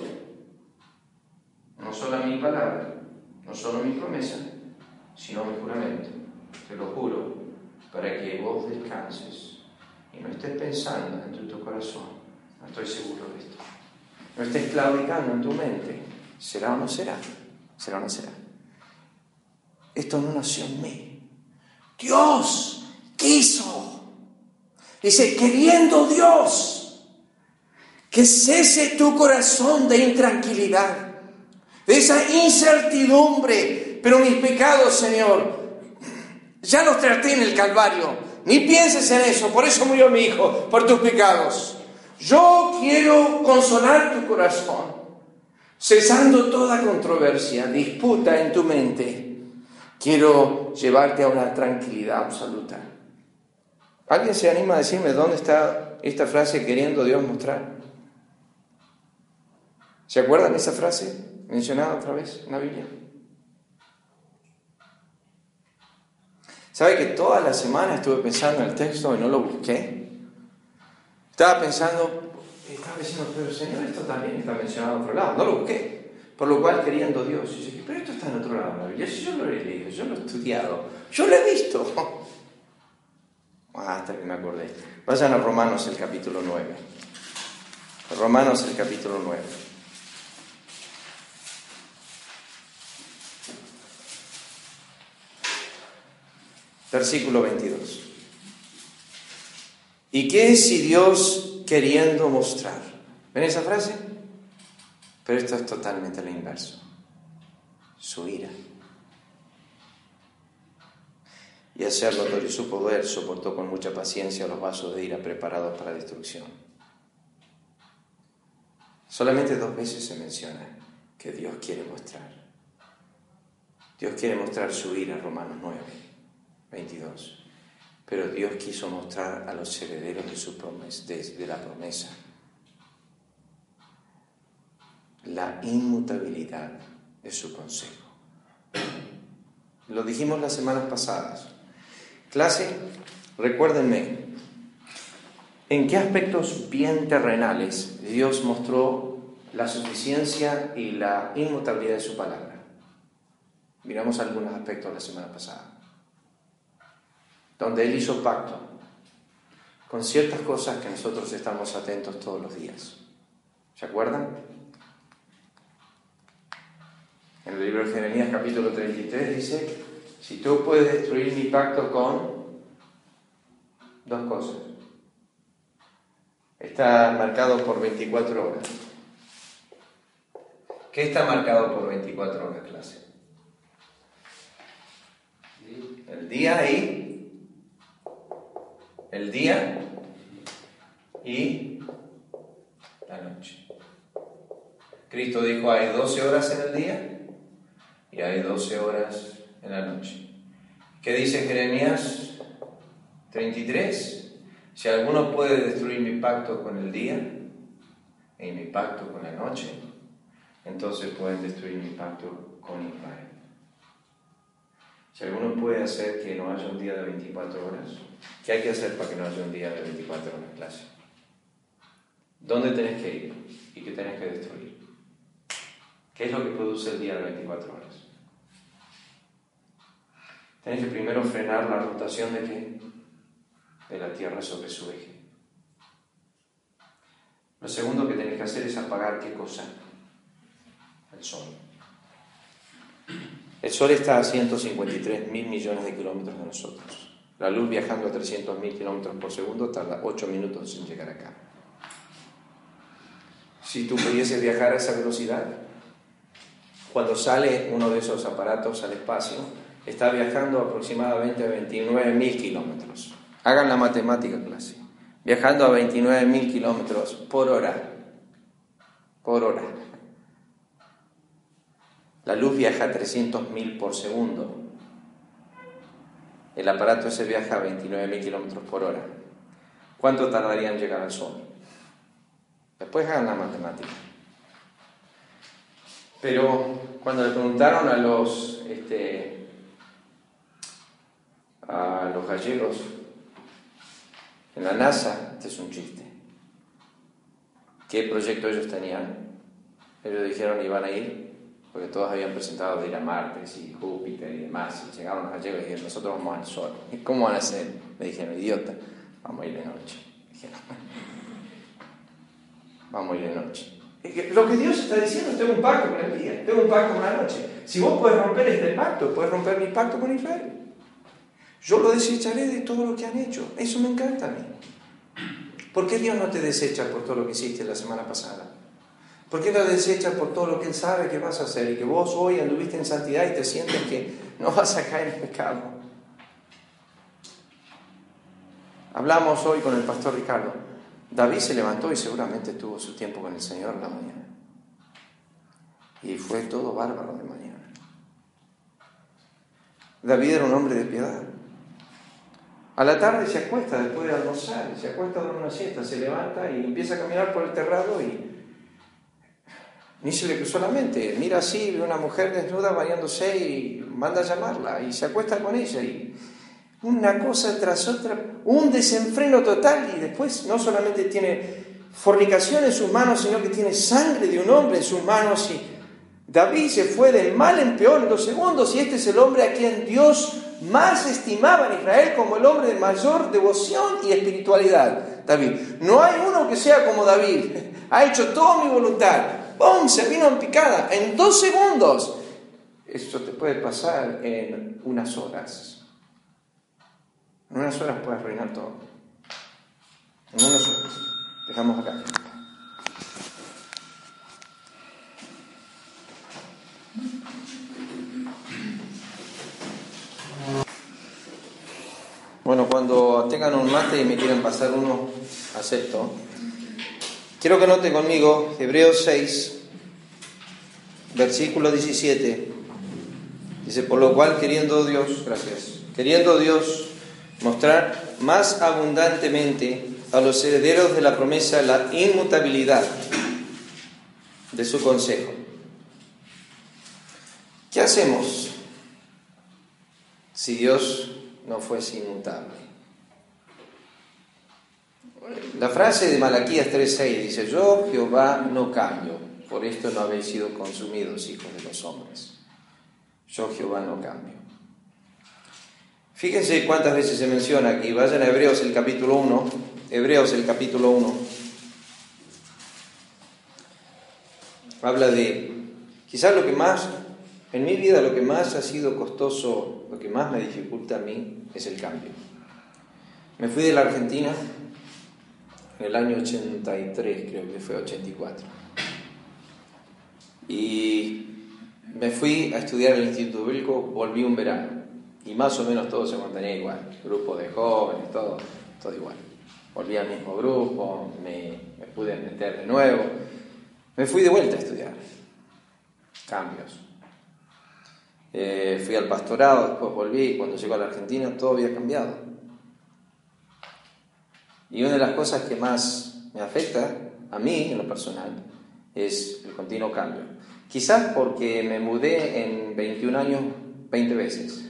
no solo mi palabra, no solo mi promesa, sino mi juramento, te lo juro, para que vos descanses y no estés pensando en tu corazón, no estoy seguro de esto, no estés claudicando en tu mente, ¿será o no será? ¿Será o no será? Esto no nació en mí, Dios quiso. Dice, queriendo Dios que cese tu corazón de intranquilidad, de esa incertidumbre. Pero mis pecados, Señor, ya los traté en el Calvario. Ni pienses en eso, por eso murió mi Hijo, por tus pecados. Yo quiero consolar tu corazón, cesando toda controversia, disputa en tu mente. Quiero llevarte a una tranquilidad absoluta. ¿Alguien se anima a decirme dónde está esta frase, queriendo Dios mostrar? ¿Se acuerdan de esa frase mencionada otra vez en la Biblia? ¿Sabe que toda la semana estuve pensando en el texto y no lo busqué? Estaba pensando, estaba diciendo, pero Señor, esto también está mencionado en otro lado. No lo busqué. Por lo cual, queriendo Dios. Y dije, pero esto está en otro lado de la Biblia. Si yo lo he leído, yo lo he estudiado, yo lo he visto. Hasta que me acordé. Vayan a Romanos el capítulo 9. Romanos el capítulo 9. Versículo 22. ¿Y qué si Dios queriendo mostrar? ¿Ven esa frase? Pero esto es totalmente lo inverso. Su ira. Y hacerlo por su poder, soportó con mucha paciencia los vasos de ira preparados para destrucción. Solamente 2 veces se menciona que Dios quiere mostrar. Dios quiere mostrar su ira, Romanos 9, 22. Pero Dios quiso mostrar a los herederos de su promesa, de la promesa, la inmutabilidad de su consejo. Lo dijimos las semanas pasadas. Clase, recuérdenme, ¿en qué aspectos bien terrenales Dios mostró la suficiencia y la inmutabilidad de su palabra? Miramos algunos aspectos la semana pasada, donde Él hizo pacto con ciertas cosas que nosotros estamos atentos todos los días. ¿Se acuerdan? En el libro de Jeremías capítulo 33 dice, si tú puedes destruir mi pacto con 2 cosas. Está marcado por 24 horas. ¿Qué está marcado por 24 horas, clase? El día y la noche. Cristo dijo, hay 12 horas en el día y hay 12 horas en la noche. ¿Qué dice Jeremías 33? Si alguno puede destruir mi pacto con el día y mi pacto con la noche, entonces pueden destruir mi pacto con Israel. Si alguno puede hacer que no haya un día de 24 horas, ¿qué hay que hacer para que no haya un día de 24 horas, clase? ¿Dónde tenés que ir y qué tenés que destruir? ¿Qué es lo que produce el día de 24 horas? Tenés que primero frenar la rotación ¿de qué? De la Tierra sobre su eje. Lo segundo que tenés que hacer es apagar ¿qué cosa? El Sol. El Sol está a 153.000 millones de kilómetros de nosotros. La luz viajando a 300.000 kilómetros por segundo tarda 8 minutos en llegar acá. Si tú pudieses viajar a esa velocidad, cuando sale uno de esos aparatos al espacio, está viajando aproximadamente a 29.000 kilómetros. Hagan la matemática, clase. Viajando a 29.000 kilómetros por hora. Por hora. La luz viaja a 300.000 por segundo. El aparato ese viaja a 29.000 kilómetros por hora. ¿Cuánto tardaría en llegar al Sol? Después hagan la matemática. Pero cuando le preguntaron a los gallegos en la NASA, este es un chiste, ¿qué proyecto ellos tenían? Ellos dijeron que iban a ir, porque todos habían presentado de ir a Marte y Júpiter y demás, y llegaron los gallegos y dijeron, nosotros vamos al Sol. ¿Y cómo van a hacer? Me dijeron, idiota, vamos a ir de noche. Dijeron, vamos a ir de noche. Lo que Dios está diciendo es, tengo un pacto con el día, tengo un pacto con la noche. Si vos podés romper este pacto, podés romper mi pacto con Israel. Yo lo desecharé de todo lo que han hecho. Eso me encanta a mí. ¿Por qué Dios no te desecha por todo lo que hiciste la semana pasada? ¿Por qué no desecha por todo lo que Él sabe que vas a hacer y que vos hoy anduviste en santidad y te sientes que no vas a caer en pecado? Hablamos hoy con el pastor Ricardo. David se levantó y seguramente tuvo su tiempo con el Señor en la mañana. Y fue todo bárbaro de mañana. David era un hombre de piedad. A la tarde se acuesta después de almorzar, se acuesta a dormir una siesta, se levanta y empieza a caminar por el terrado y ni se le cruzó la mente. Mira así, ve una mujer desnuda bañándose y manda a llamarla y se acuesta con ella y una cosa tras otra, un desenfreno total, y después no solamente tiene fornicación en sus manos, sino que tiene sangre de un hombre en sus manos. Y David se fue del mal en peor en 2 segundos, y este es el hombre a quien Dios más estimaba en Israel como el hombre de mayor devoción y espiritualidad. David, no hay uno que sea como David, ha hecho toda mi voluntad, ¡pum!, se vino en picada, en 2 segundos. Eso te puede pasar en unas horas. En unas horas puedes arruinar todo. En unas horas. Dejamos acá. Bueno, cuando tengan un mate y me quieren pasar uno, acepto. Quiero que noten conmigo Hebreos 6, versículo 17. Dice, por lo cual queriendo Dios mostrar más abundantemente a los herederos de la promesa la inmutabilidad de su consejo. ¿Qué hacemos si Dios no fuese inmutable? La frase de Malaquías 3:6 dice, yo Jehová no cambio, por esto no habéis sido consumidos, hijos de los hombres. Yo Jehová no cambio. Fíjense cuántas veces se menciona aquí. Vayan a Hebreos el capítulo 1. Hebreos el capítulo 1. Habla de, quizás lo que más, en mi vida lo que más ha sido costoso, lo que más me dificulta a mí, es el cambio. Me fui de la Argentina en el año 83, creo que fue 84. Y me fui a estudiar en el Instituto Bíblico, volví un verano. Y más o menos todo se mantenía igual. Grupo de jóvenes, todo igual. Volví al mismo grupo, me pude meter de nuevo. Me fui de vuelta a estudiar. Cambios. Fui al pastorado, después volví. Cuando llego a la Argentina todo había cambiado. Y una de las cosas que más me afecta a mí en lo personal es el continuo cambio. Quizás porque me mudé en 21 años 20 veces.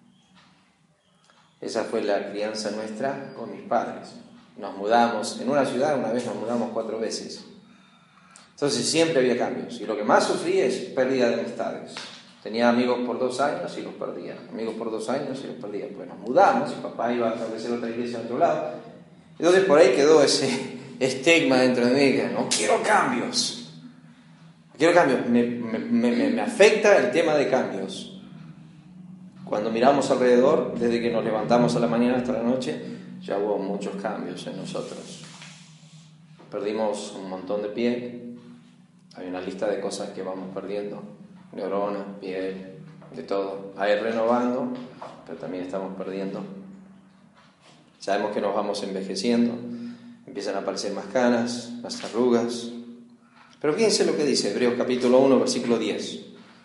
Esa fue la crianza nuestra con mis padres. Nos mudamos en una ciudad, una vez nos mudamos 4 veces. Entonces siempre había cambios. Y lo que más sufrí es pérdida de amistades. Tenía amigos por 2 años y los perdía. Amigos por 2 años y los perdía. Pues nos mudamos y papá iba a establecer otra iglesia en otro lado. Entonces por ahí quedó ese estigma dentro de mí que no quiero cambios. Quiero cambios. Me afecta el tema de cambios. Cuando miramos alrededor, desde que nos levantamos a la mañana hasta la noche, ya hubo muchos cambios en nosotros. Perdimos un montón de piel. Hay una lista de cosas que vamos perdiendo. Neuronas, piel, de todo. Hay renovando, pero también estamos perdiendo. Sabemos que nos vamos envejeciendo. Empiezan a aparecer más canas, más arrugas. Pero fíjense lo que dice Hebreos capítulo 1, versículo 10.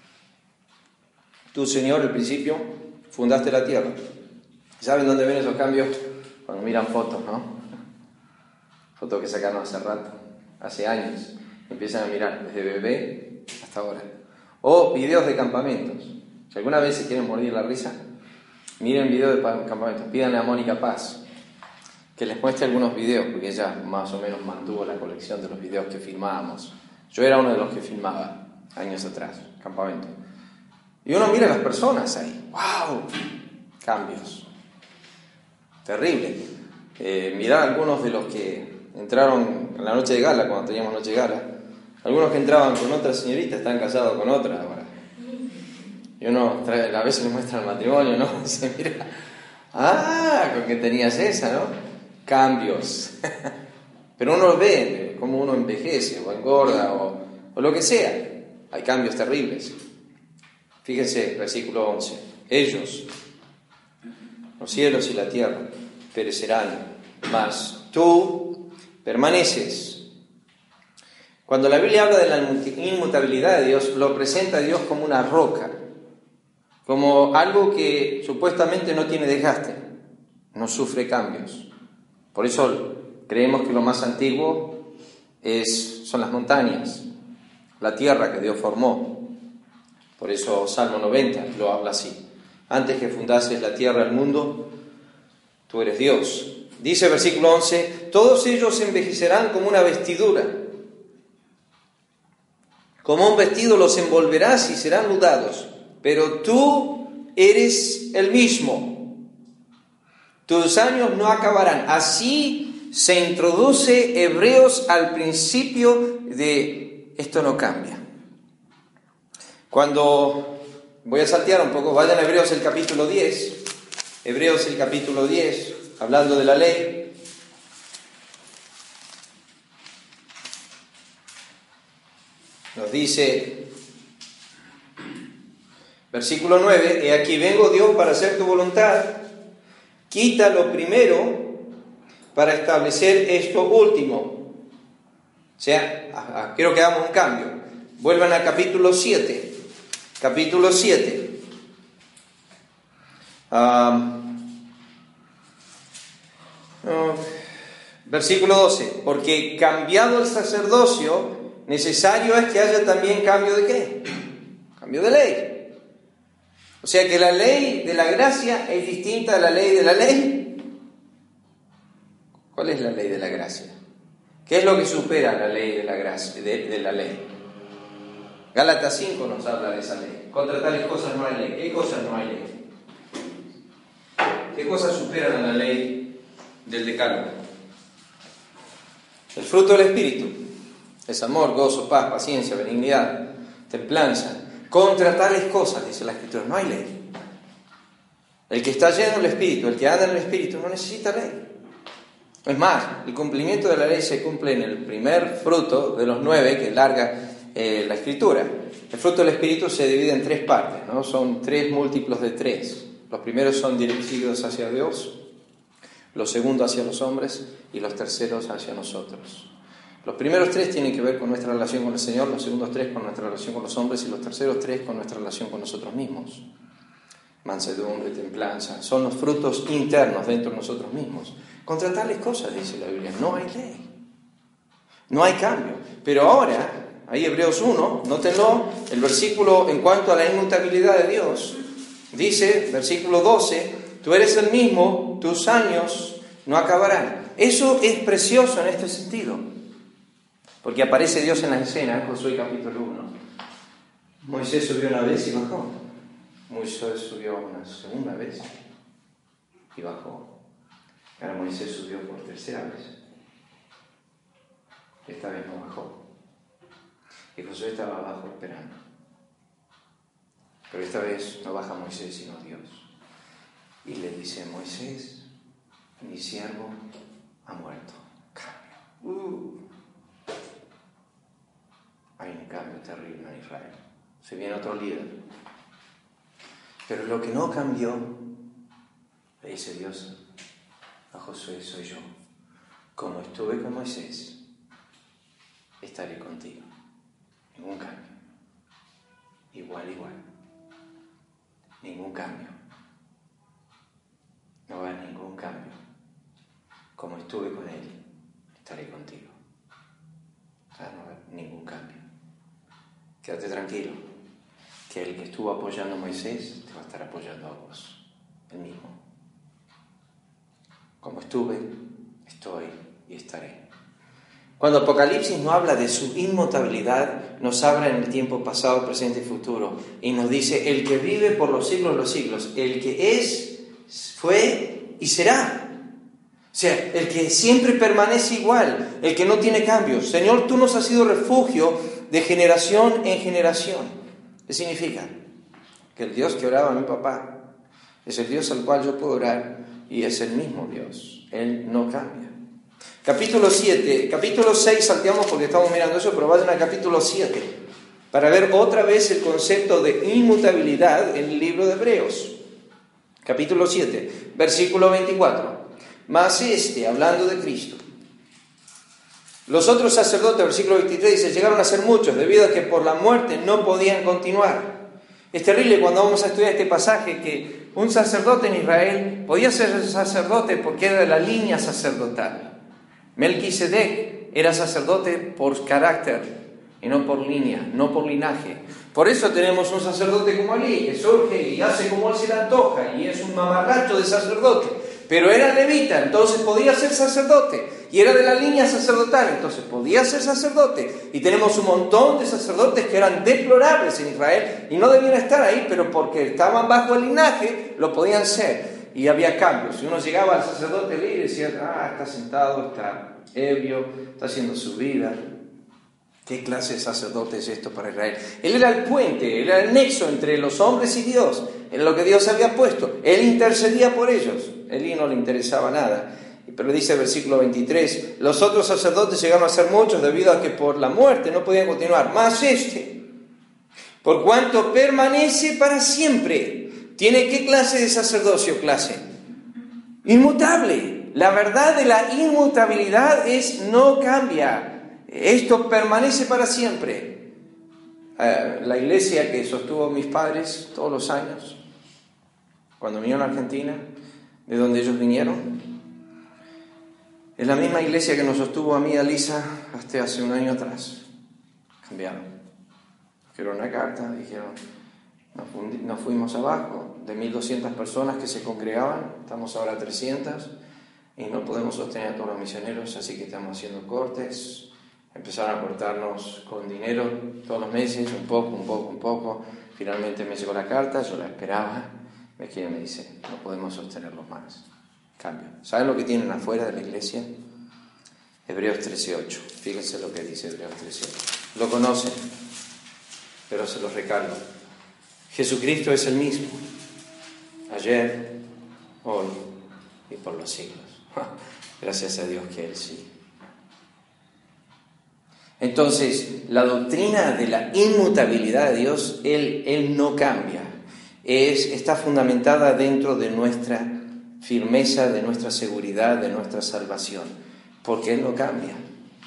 Tú, Señor, al principio fundaste la tierra. ¿Saben dónde ven esos cambios? Cuando miran fotos, ¿no? Fotos que sacaron hace rato, hace años. Empiezan a mirar desde bebé hasta ahora. O videos de campamentos. Si alguna vez se quieren morir la risa, miren videos de campamentos. Pídanle a Mónica Paz que les muestre algunos videos, porque ella más o menos mantuvo la colección de los videos que filmábamos. Yo era uno de los que filmaba años atrás, campamento. Y uno mira a las personas ahí. ¡Wow! Cambios. Terrible. Mirar algunos de los que entraron en la noche de gala, cuando teníamos noche de gala. Algunos que entraban con otra señorita están casados con otra ahora. Y uno a veces le muestra el matrimonio, ¿no? Y se mira, con que tenías esa, ¿no? Cambios. Pero uno los ve, como uno envejece, o engorda, o lo que sea. Hay cambios terribles. Fíjense, versículo 11. Ellos, los cielos y la tierra, perecerán, mas tú permaneces. Cuando la Biblia habla de la inmutabilidad de Dios, lo presenta a Dios como una roca, como algo que supuestamente no tiene desgaste, no sufre cambios. Por eso creemos que lo más antiguo son las montañas, la tierra que Dios formó. Por eso Salmo 90 lo habla así. Antes que fundases la tierra y el mundo, tú eres Dios. Dice versículo 11, todos ellos envejecerán como una vestidura. Como un vestido los envolverás y serán mudados. Pero tú eres el mismo. Tus años no acabarán. Así se introduce Hebreos al principio de esto no cambia. Cuando voy a saltear un poco, vayan a Hebreos el capítulo 10. Hebreos el capítulo 10, hablando de la ley. Nos dice, versículo 9, he aquí vengo Dios para hacer tu voluntad, quita lo primero para establecer esto último. O sea, quiero que hagamos un cambio. Vuelvan al capítulo 7. Capítulo 7. Versículo 12. Porque cambiado el sacerdocio, necesario es que haya también cambio de ¿qué? Cambio de ley. O sea que la ley de la gracia es distinta a la ley de la ley. ¿Cuál es la ley de la gracia? ¿Qué es lo que supera la ley de la gracia, de la ley? Gálatas 5 nos habla de esa ley. Contra tales cosas no hay ley. ¿Qué cosas no hay ley? ¿Qué cosas superan a la ley del decálogo? El fruto del Espíritu es amor, gozo, paz, paciencia, benignidad, templanza. Contra tales cosas, dice la Escritura, no hay ley. El que está lleno del Espíritu, el que anda en el Espíritu, no necesita ley. Es más, el cumplimiento de la ley se cumple en el primer fruto de los 9 que larga la Escritura. El fruto del Espíritu se divide en 3 partes, ¿no? Son 3 múltiplos de 3. Los primeros son dirigidos hacia Dios, los segundos hacia los hombres y los terceros hacia nosotros. Los primeros 3 tienen que ver con nuestra relación con el Señor, los segundos 3 con nuestra relación con los hombres y los terceros 3 con nuestra relación con nosotros mismos. Mansedumbre, templanza, son los frutos internos dentro de nosotros mismos. Contra tales cosas, dice la Biblia, no hay ley, no hay cambio. Pero ahora, ahí Hebreos 1, nótenlo, el versículo en cuanto a la inmutabilidad de Dios, dice, versículo 12, tú eres el mismo, tus años no acabarán. Eso es precioso en este sentido. Porque aparece Dios en la escena, Josué capítulo 1. Moisés subió una vez y bajó. Moisés subió una segunda vez y bajó. Ahora Moisés subió por tercera vez. Esta vez no bajó. Y Josué estaba abajo esperando. Pero esta vez no baja Moisés sino Dios. Y le dice, Moisés, mi siervo ha muerto. Cambio. Hay un cambio terrible en Israel. Se viene otro líder. Pero lo que no cambió, le dice Dios a Josué, soy yo. Como estuve con Moisés, estaré contigo. Ningún cambio. Igual. Ningún cambio. No va a haber ningún cambio. Como estuve con él, estaré contigo. No va a haber ningún cambio. Quédate tranquilo, que el que estuvo apoyando a Moisés te va a estar apoyando a vos, el mismo. Como estuve, estoy y estaré. Cuando Apocalipsis nos habla de su inmutabilidad, nos habla en el tiempo pasado, presente y futuro, y nos dice, el que vive por los siglos de los siglos, el que es, fue y será. O sea, el que siempre permanece igual, el que no tiene cambios. Señor, tú nos has sido refugio de generación en generación. ¿Qué significa? Que el Dios que oraba a mi papá es el Dios al cual yo puedo orar y es el mismo Dios. Él no cambia. Capítulo 7, capítulo 6 salteamos porque estamos mirando eso, pero vayan al capítulo 7 para ver otra vez el concepto de inmutabilidad en el libro de Hebreos. Capítulo 7, versículo 24. Mas hablando de Cristo, los otros sacerdotes, versículo 23, dice, llegaron a ser muchos, debido a que por la muerte no podían continuar. Es terrible cuando vamos a estudiar este pasaje que un sacerdote en Israel podía ser sacerdote porque era de la línea sacerdotal. Melquisedec era sacerdote por carácter y no por línea, no por linaje. Por eso tenemos un sacerdote como Elí, que surge y hace como él se le antoja y es un mamarracho de sacerdote. Pero era levita, entonces podía ser sacerdote. Y era de la línea sacerdotal, entonces podía ser sacerdote. Y tenemos un montón de sacerdotes que eran deplorables en Israel y no debían estar ahí, pero porque estaban bajo el linaje, lo podían ser. Y había cambios. Si uno llegaba al sacerdote y decía, está sentado, está ebrio, está haciendo su vida. ¿Qué clase de sacerdote es esto para Israel? Él era el puente, él era el nexo entre los hombres y Dios. Era lo que Dios había puesto. Él intercedía por ellos. Elí no le interesaba nada. Pero dice el versículo 23, los otros sacerdotes llegaron a ser muchos debido a que por la muerte no podían continuar. Mas por cuanto permanece para siempre. ¿Tiene qué clase de sacerdocio? Inmutable. La verdad de la inmutabilidad es no cambia. Esto permanece para siempre. La iglesia que sostuvo mis padres todos los años, cuando vinieron a Argentina, de donde ellos vinieron, es la misma iglesia que nos sostuvo a mí y a Lisa hasta hace un año atrás. Cambiaron. Escribieron una carta, dijeron, nos fuimos abajo de 1.200 personas que se congregaban, estamos ahora 300 y no podemos sostener a todos los misioneros, así que estamos haciendo cortes. Empezaron a cortarnos con dinero todos los meses, un poco. Finalmente me llegó la carta, yo la esperaba. Me escribe y me dice, no podemos sostenerlos más. Cambio. ¿Saben lo que tienen afuera de la iglesia? Hebreos 13:8. Fíjense lo que dice Hebreos 13:8. Lo conocen, pero se los recargo. Jesucristo es el mismo. Ayer, hoy y por los siglos. Gracias a Dios que Él sí. Entonces, la doctrina de la inmutabilidad de Dios, Él no cambia. está fundamentada dentro de nuestra firmeza, de nuestra seguridad, de nuestra salvación, porque Él no cambia.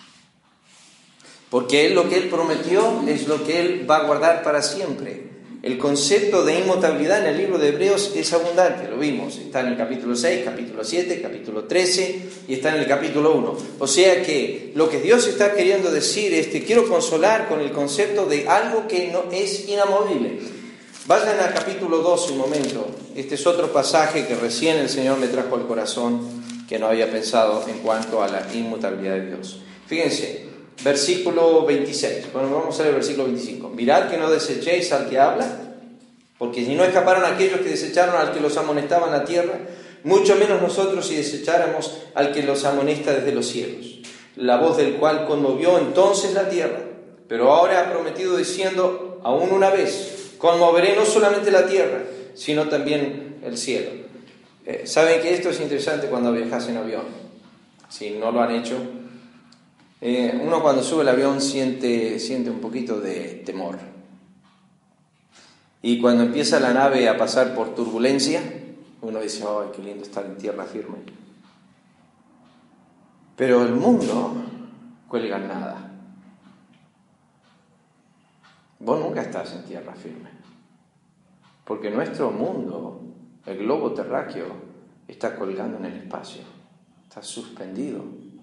Porque Él, lo que Él prometió es lo que Él va a guardar para siempre. El concepto de inmutabilidad en el libro de Hebreos es abundante, lo vimos. Está en el capítulo 6, capítulo 7, capítulo 13 y está en el capítulo 1. O sea que lo que Dios está queriendo decir es: te quiero consolar con el concepto de algo que no es inamovible. Vayan al capítulo 2 un momento. Este es otro pasaje que recién el Señor me trajo al corazón, que no había pensado en cuanto a la inmutabilidad de Dios. Fíjense. Versículo 26, bueno, vamos a leer el versículo 25. Mirad que no desechéis al que habla, porque si no escaparon aquellos que desecharon al que los amonestaba en la tierra, mucho menos nosotros si desecháramos al que los amonesta desde los cielos, la voz del cual conmovió entonces la tierra, pero ahora ha prometido diciendo: aún una vez conmoveré no solamente la tierra, sino también el cielo. Saben que esto es interesante cuando viajas en avión. Si no lo han hecho, uno cuando sube el avión siente un poquito de temor. Y cuando empieza la nave a pasar por turbulencia, uno dice: ¡ay, qué lindo estar en tierra firme! Pero el mundo cuelga en nada. Vos nunca estás en tierra firme. Porque nuestro mundo, el globo terráqueo, está colgando en el espacio. Está suspendido.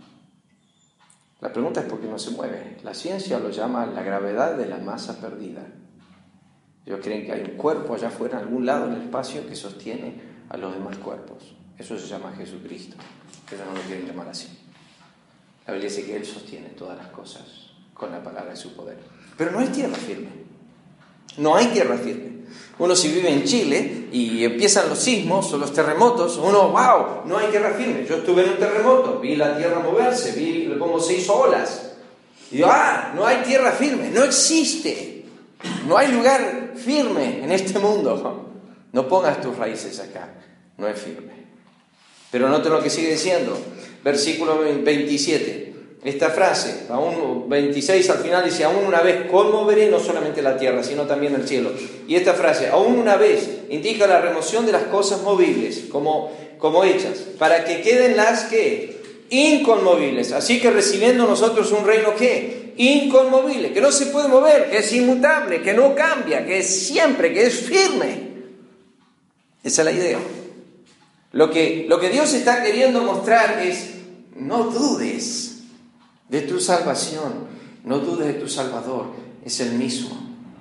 La pregunta es: ¿por qué no se mueve? La ciencia lo llama la gravedad de la masa perdida. Ellos creen que hay un cuerpo allá afuera, en algún lado del espacio, que sostiene a los demás cuerpos. Eso se llama Jesucristo. Ellos no lo quieren llamar así. La Biblia dice que Él sostiene todas las cosas con la palabra de su poder. Pero no hay tierra firme. No hay tierra firme. Uno, si vive en Chile y empiezan los sismos o los terremotos, uno: ¡wow! No hay tierra firme. Yo estuve en un terremoto, vi la tierra moverse, vi cómo se hizo olas. Y yo: no hay tierra firme. No existe. No hay lugar firme en este mundo. No pongas tus raíces acá. No es firme. Pero noten lo que sigue diciendo. Versículo 27. Esta frase, aún 26 al final, dice: aún una vez conmoveré no solamente la tierra, sino también el cielo. Y esta frase, aún una vez, indica la remoción de las cosas movibles, como hechas, para que queden las que inconmovibles. Así que recibiendo nosotros un reino que inconmovible, que no se puede mover, que es inmutable, que no cambia, que es siempre, que es firme. Esa es la idea. Lo que Dios está queriendo mostrar es: no dudes de tu salvación, no dudes de tu Salvador, es el mismo.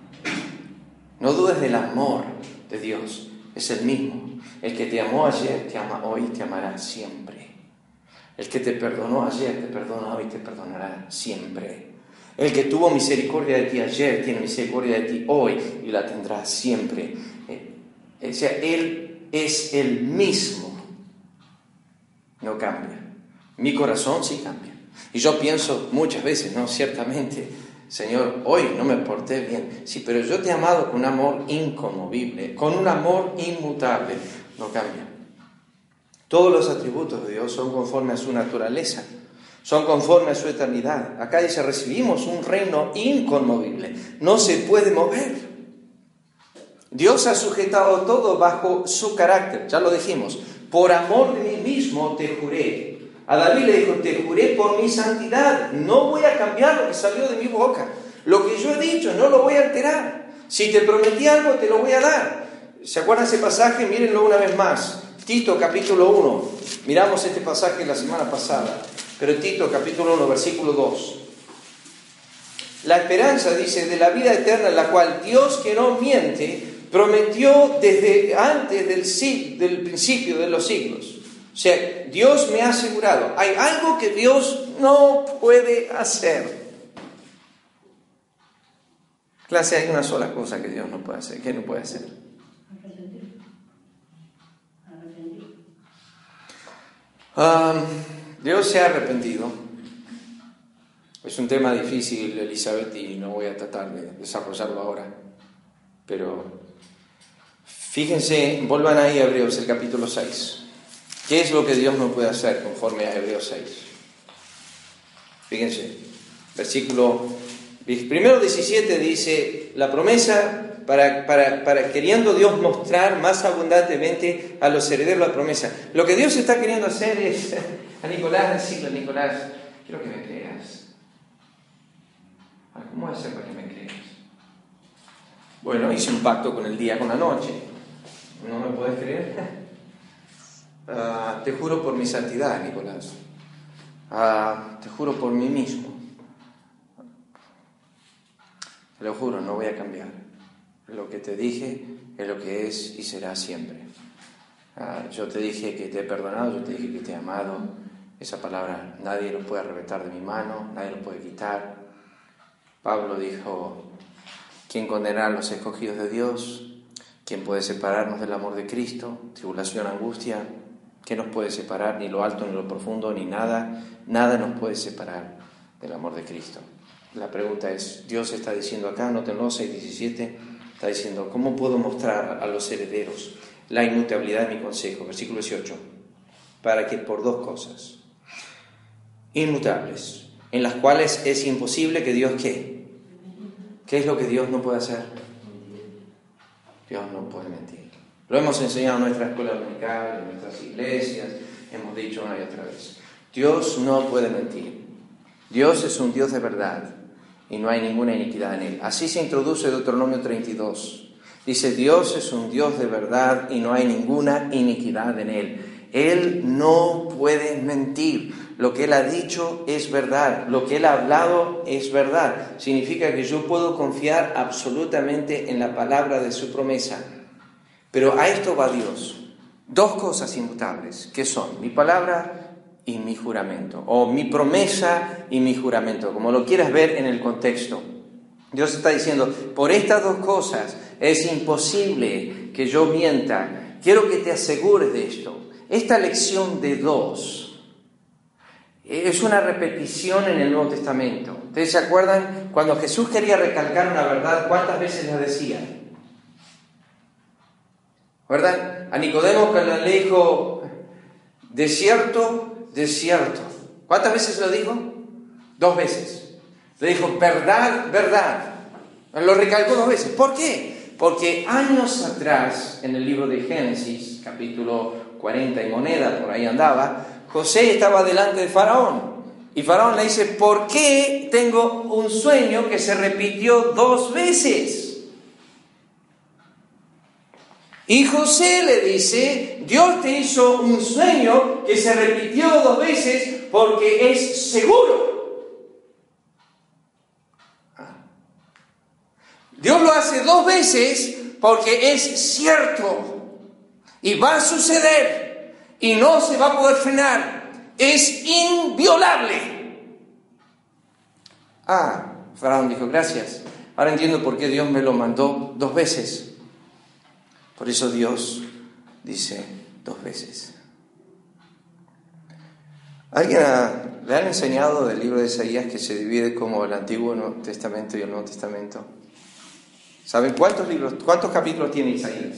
No dudes del amor de Dios, es el mismo. El que te amó ayer, te ama hoy, te amará siempre. El que te perdonó ayer, te perdona hoy, te perdonará siempre. El que tuvo misericordia de ti ayer, tiene misericordia de ti hoy y la tendrá siempre. O sea, Él es el mismo. No cambia. Mi corazón sí cambia. Y yo pienso muchas veces, ¿no? Ciertamente, Señor, hoy no me porté bien. Sí, pero yo te he amado con un amor inconmovible, con un amor inmutable. No cambia. Todos los atributos de Dios son conforme a su naturaleza, son conforme a su eternidad. Acá dice: recibimos un reino inconmovible, no se puede mover. Dios ha sujetado todo bajo su carácter, ya lo dijimos. Por amor de mí mismo te juré. A David le dijo: te juré por mi santidad, no voy a cambiar lo que salió de mi boca. Lo que yo he dicho no lo voy a alterar. Si te prometí algo, te lo voy a dar. ¿Se acuerdan ese pasaje? Mírenlo una vez más. Tito capítulo 1. Miramos este pasaje la semana pasada. Pero Tito capítulo 1, versículo 2. La esperanza, dice, de la vida eterna, en la cual Dios, que no miente, prometió desde antes del principio de los siglos. O sea, Dios me ha asegurado. Hay algo que Dios no puede hacer. Clase, hay una sola cosa que Dios no puede hacer. ¿Qué no puede hacer? Dios se ha arrepentido. Es un tema difícil, Elizabeth, y no voy a tratar de desarrollarlo ahora. Pero fíjense, vuelvan ahí a Hebreos, el capítulo 6. ¿Qué es lo que Dios no puede hacer conforme a Hebreos 6? Fíjense, versículo primero 17 dice: la promesa para queriendo Dios mostrar más abundantemente a los herederos la promesa. Lo que Dios está queriendo hacer es a Nicolás decirle: Nicolás, quiero que me creas. ¿Cómo voy a hacer para que me creas? Bueno, hice un pacto con el día, con la noche. ¿No me puedes creer? Te juro por mi santidad, Nicolás. Te juro por mí mismo. Te lo juro, no voy a cambiar. Lo que te dije es lo que es y será siempre. Yo te dije que te he perdonado, yo te dije que te he amado. Esa palabra nadie lo puede arrebatar de mi mano, nadie lo puede quitar. Pablo dijo: ¿quién condenará a los escogidos de Dios? ¿Quién puede separarnos del amor de Cristo? Tribulación, angustia. ¿Qué nos puede separar? Ni lo alto, ni lo profundo, ni nada. Nada nos puede separar del amor de Cristo. La pregunta es, Dios está diciendo acá, nótenlo, 6:17, está diciendo: ¿cómo puedo mostrar a los herederos la inmutabilidad de mi consejo? Versículo 18. Para que por dos cosas inmutables, en las cuales es imposible que Dios, ¿qué? ¿Qué es lo que Dios no puede hacer? Dios no puede mentir. Lo hemos enseñado en nuestra escuela dominical, en nuestras iglesias, hemos dicho una y otra vez. Dios no puede mentir. Dios es un Dios de verdad y no hay ninguna iniquidad en Él. Así se introduce Deuteronomio 32. Dice: Dios es un Dios de verdad y no hay ninguna iniquidad en Él. Él no puede mentir. Lo que Él ha dicho es verdad. Lo que Él ha hablado es verdad. Significa que yo puedo confiar absolutamente en la palabra de su promesa. Pero a esto va Dios. Dos cosas inmutables, que son mi palabra y mi juramento, o mi promesa y mi juramento, como lo quieras ver en el contexto. Dios está diciendo: por estas dos cosas es imposible que yo mienta. Quiero que te asegures de esto. Esta lección de dos es una repetición en el Nuevo Testamento. ¿Ustedes se acuerdan? Cuando Jesús quería recalcar una verdad, ¿cuántas veces la decía? ¿Verdad? A Nicodemo, cuando le dijo: de cierto, de cierto. ¿Cuántas veces lo dijo? 2 veces. Le dijo: verdad, verdad. Lo recalcó 2 veces. ¿Por qué? Porque años atrás, en el libro de Génesis, capítulo 40 y moneda, por ahí andaba, José estaba delante de Faraón. Y Faraón le dice: ¿por qué tengo un sueño que se repitió 2 veces? Y José le dice: Dios te hizo un sueño que se repitió 2 veces porque es seguro. Dios lo hace 2 veces porque es cierto y va a suceder y no se va a poder frenar. Es inviolable. Faraón dijo: gracias. Ahora entiendo por qué Dios me lo mandó 2 veces. Por eso Dios dice 2 veces. ¿Alguien le han enseñado del libro de Isaías que se divide como el Antiguo Testamento y el Nuevo Testamento? ¿Saben cuántos capítulos tiene Isaías?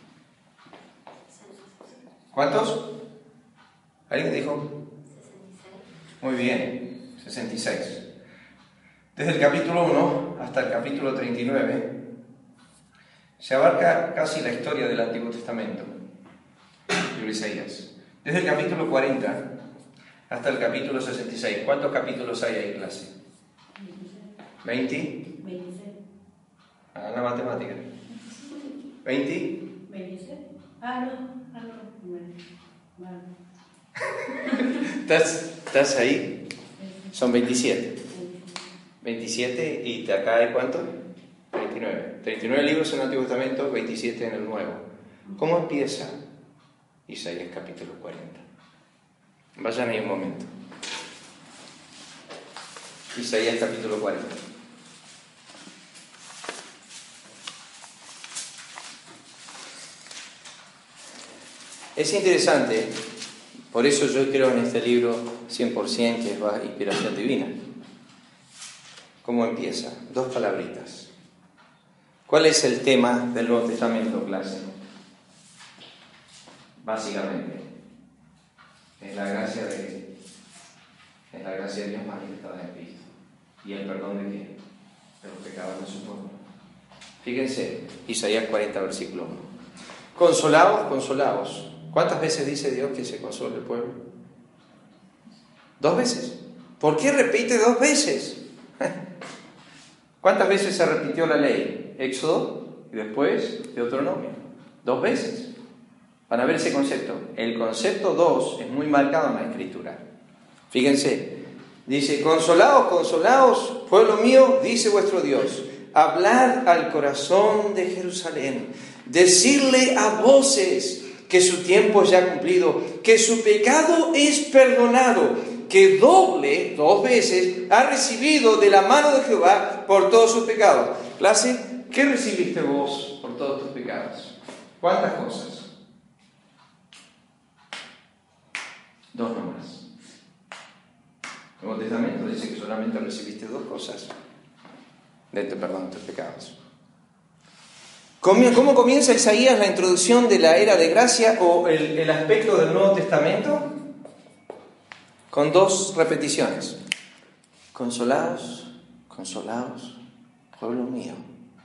¿Cuántos? ¿Alguien dijo? 66. Muy bien, 66. Desde el capítulo 1 hasta el capítulo 39 se abarca casi la historia del Antiguo Testamento, libro de Isaías. Desde el capítulo 40 hasta el capítulo 66. ¿Cuántos capítulos hay ahí en clase? 20. 26. Hagan la matemática. 20. 26. ¿Estás ahí? Son 27. 27 y acá hay ¿cuánto? 39. 39 libros en el Antiguo Testamento, 27 en el Nuevo. ¿Cómo empieza Isaías capítulo 40? Vayan ahí un momento. Isaías capítulo 40. Es interesante, por eso yo creo en este libro 100% que es inspiración divina. ¿Cómo empieza? 2 palabritas. ¿Cuál es el tema del Nuevo Testamento, clase? Básicamente, es la gracia de Dios manifestada en Cristo. ¿Y el perdón de qué? De los pecados de su pueblo. Fíjense, Isaías 40, versículo 1. Consolaos, consolaos. ¿Cuántas veces dice Dios que se console el pueblo? 2 veces. ¿Por qué repite 2 veces? ¿Cuántas veces se repitió la ley? Éxodo y después Deuteronomio. 2 veces. Van a ver ese concepto. El concepto 2 es muy marcado en la Escritura. Fíjense, dice: consolaos, consolaos, pueblo mío, dice vuestro Dios. Hablad al corazón de Jerusalén. Decirle a voces que su tiempo ya ha cumplido, que su pecado es perdonado, que doble, 2 veces, ha recibido de la mano de Jehová por todos sus pecados. Clase, ¿qué recibiste vos por todos tus pecados? ¿Cuántas cosas? 2 nomás. El Nuevo Testamento dice que solamente recibiste 2 cosas de tu perdón de tus pecados. ¿Cómo comienza Isaías la introducción de la era de gracia o el aspecto del Nuevo Testamento? Con 2 repeticiones. Consolaos, consolaos, pueblo mío,